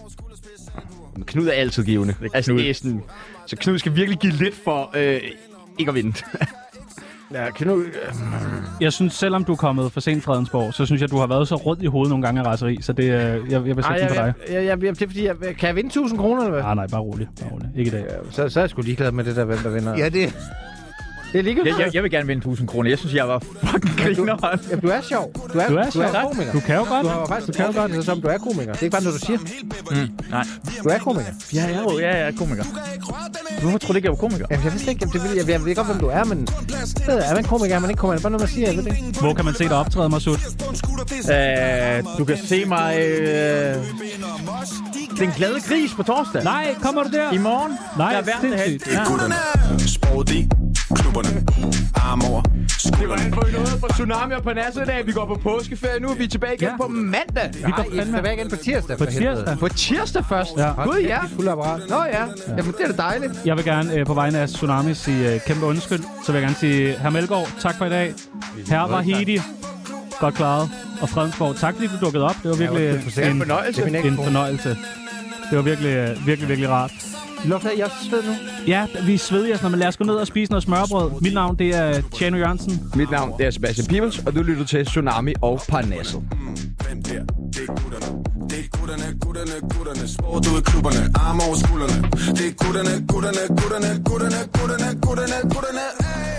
Men Knud er altid givende. Det er altså, det er sådan, så Knud skal virkelig give lidt for øh, ikke at vinde. Ja, Knud... Jeg synes, selvom du er kommet for sent Fredensborg, så synes jeg, du har været så rød i hovedet nogle gange af raseri, så det, øh, jeg, jeg vil sætte Ej, den på dig. jeg, jeg, jeg, jeg, det er fordi, jeg, kan jeg vinde tusind kroner, eller hvad? Nej, nej, bare rolig. Bare rolig. Ikke i dag. Ja, så, så er jeg sgu ligeglad med det der, hvem der vinder. Ja, det Det er ligegyldigt. Jeg, jeg, jeg vil gerne vinde tusind kroner. Jeg synes, jeg var fucking griner. Ja, du er sjov. Du er, Du er du sjov. er komiker. Du kan jo godt. Du har faktisk du kan jo godt det, som du er komiker. Det er ikke bare noget, du siger. Mm, nej. Du er komiker. Ja, jeg er jo ja, jeg er komiker. Hvorfor tror du ikke, jeg var komiker? Jamen, jeg vidste ikke, det ved, jeg, jeg ved ikke, hvem du er, men ved, er man komiker, er man ikke komiker? Det er bare noget, man siger, jeg ved det ikke. Hvor kan man se dig optræde, Masud? Øh, du kan se mig... Øh, Den glade gris på torsdag. Nej, kommer du der? I morgen. Nej, der er værd til sindssygt. ja. Gutterne, sport i klubberne, arm over Det var alt for noget fra Tsunami og Parnasset i dag. Vi går på påskeferie nu. Vi er tilbage igen Ja. på mandag. Vi går Nej, jeg er tilbage igen på tirsdag. På for helvede. tirsdag. På tirsdag først. Ja. Gud, ja. Det er fuld apparat. Nå ja. Jamen, det er da dejligt. Jeg vil gerne øh, på vegne af Tsunami sige øh, kæmpe undskyld. Så vil jeg gerne sige, herr Melgaard, tak for i dag. Herre Vahidi, godt klaret. Og Fredensborg, tak fordi du dukkede op. Det var virkelig Ja, det er for sent. en, fornøjelse. Det er min en ekskone. fornøjelse. Det var virkelig, øh, virkelig, virkelig rart. Lufter, jeg er sved nu. Ja, vi er svedige, men lad os gå ned og spise noget smørbrød. Mit navn, det er Tjano Jørgensen. Mit navn det er Sebastian Pibels, og du lytter til Tsunami og Parnasset. Hvem der? Det er gutterne. Det er gutterne, gutterne, gutterne. Sport ud i klubberne, arm over skuldrene. Det er gutterne, gutterne, gutterne, gutterne, gutterne, gutterne, gutterne.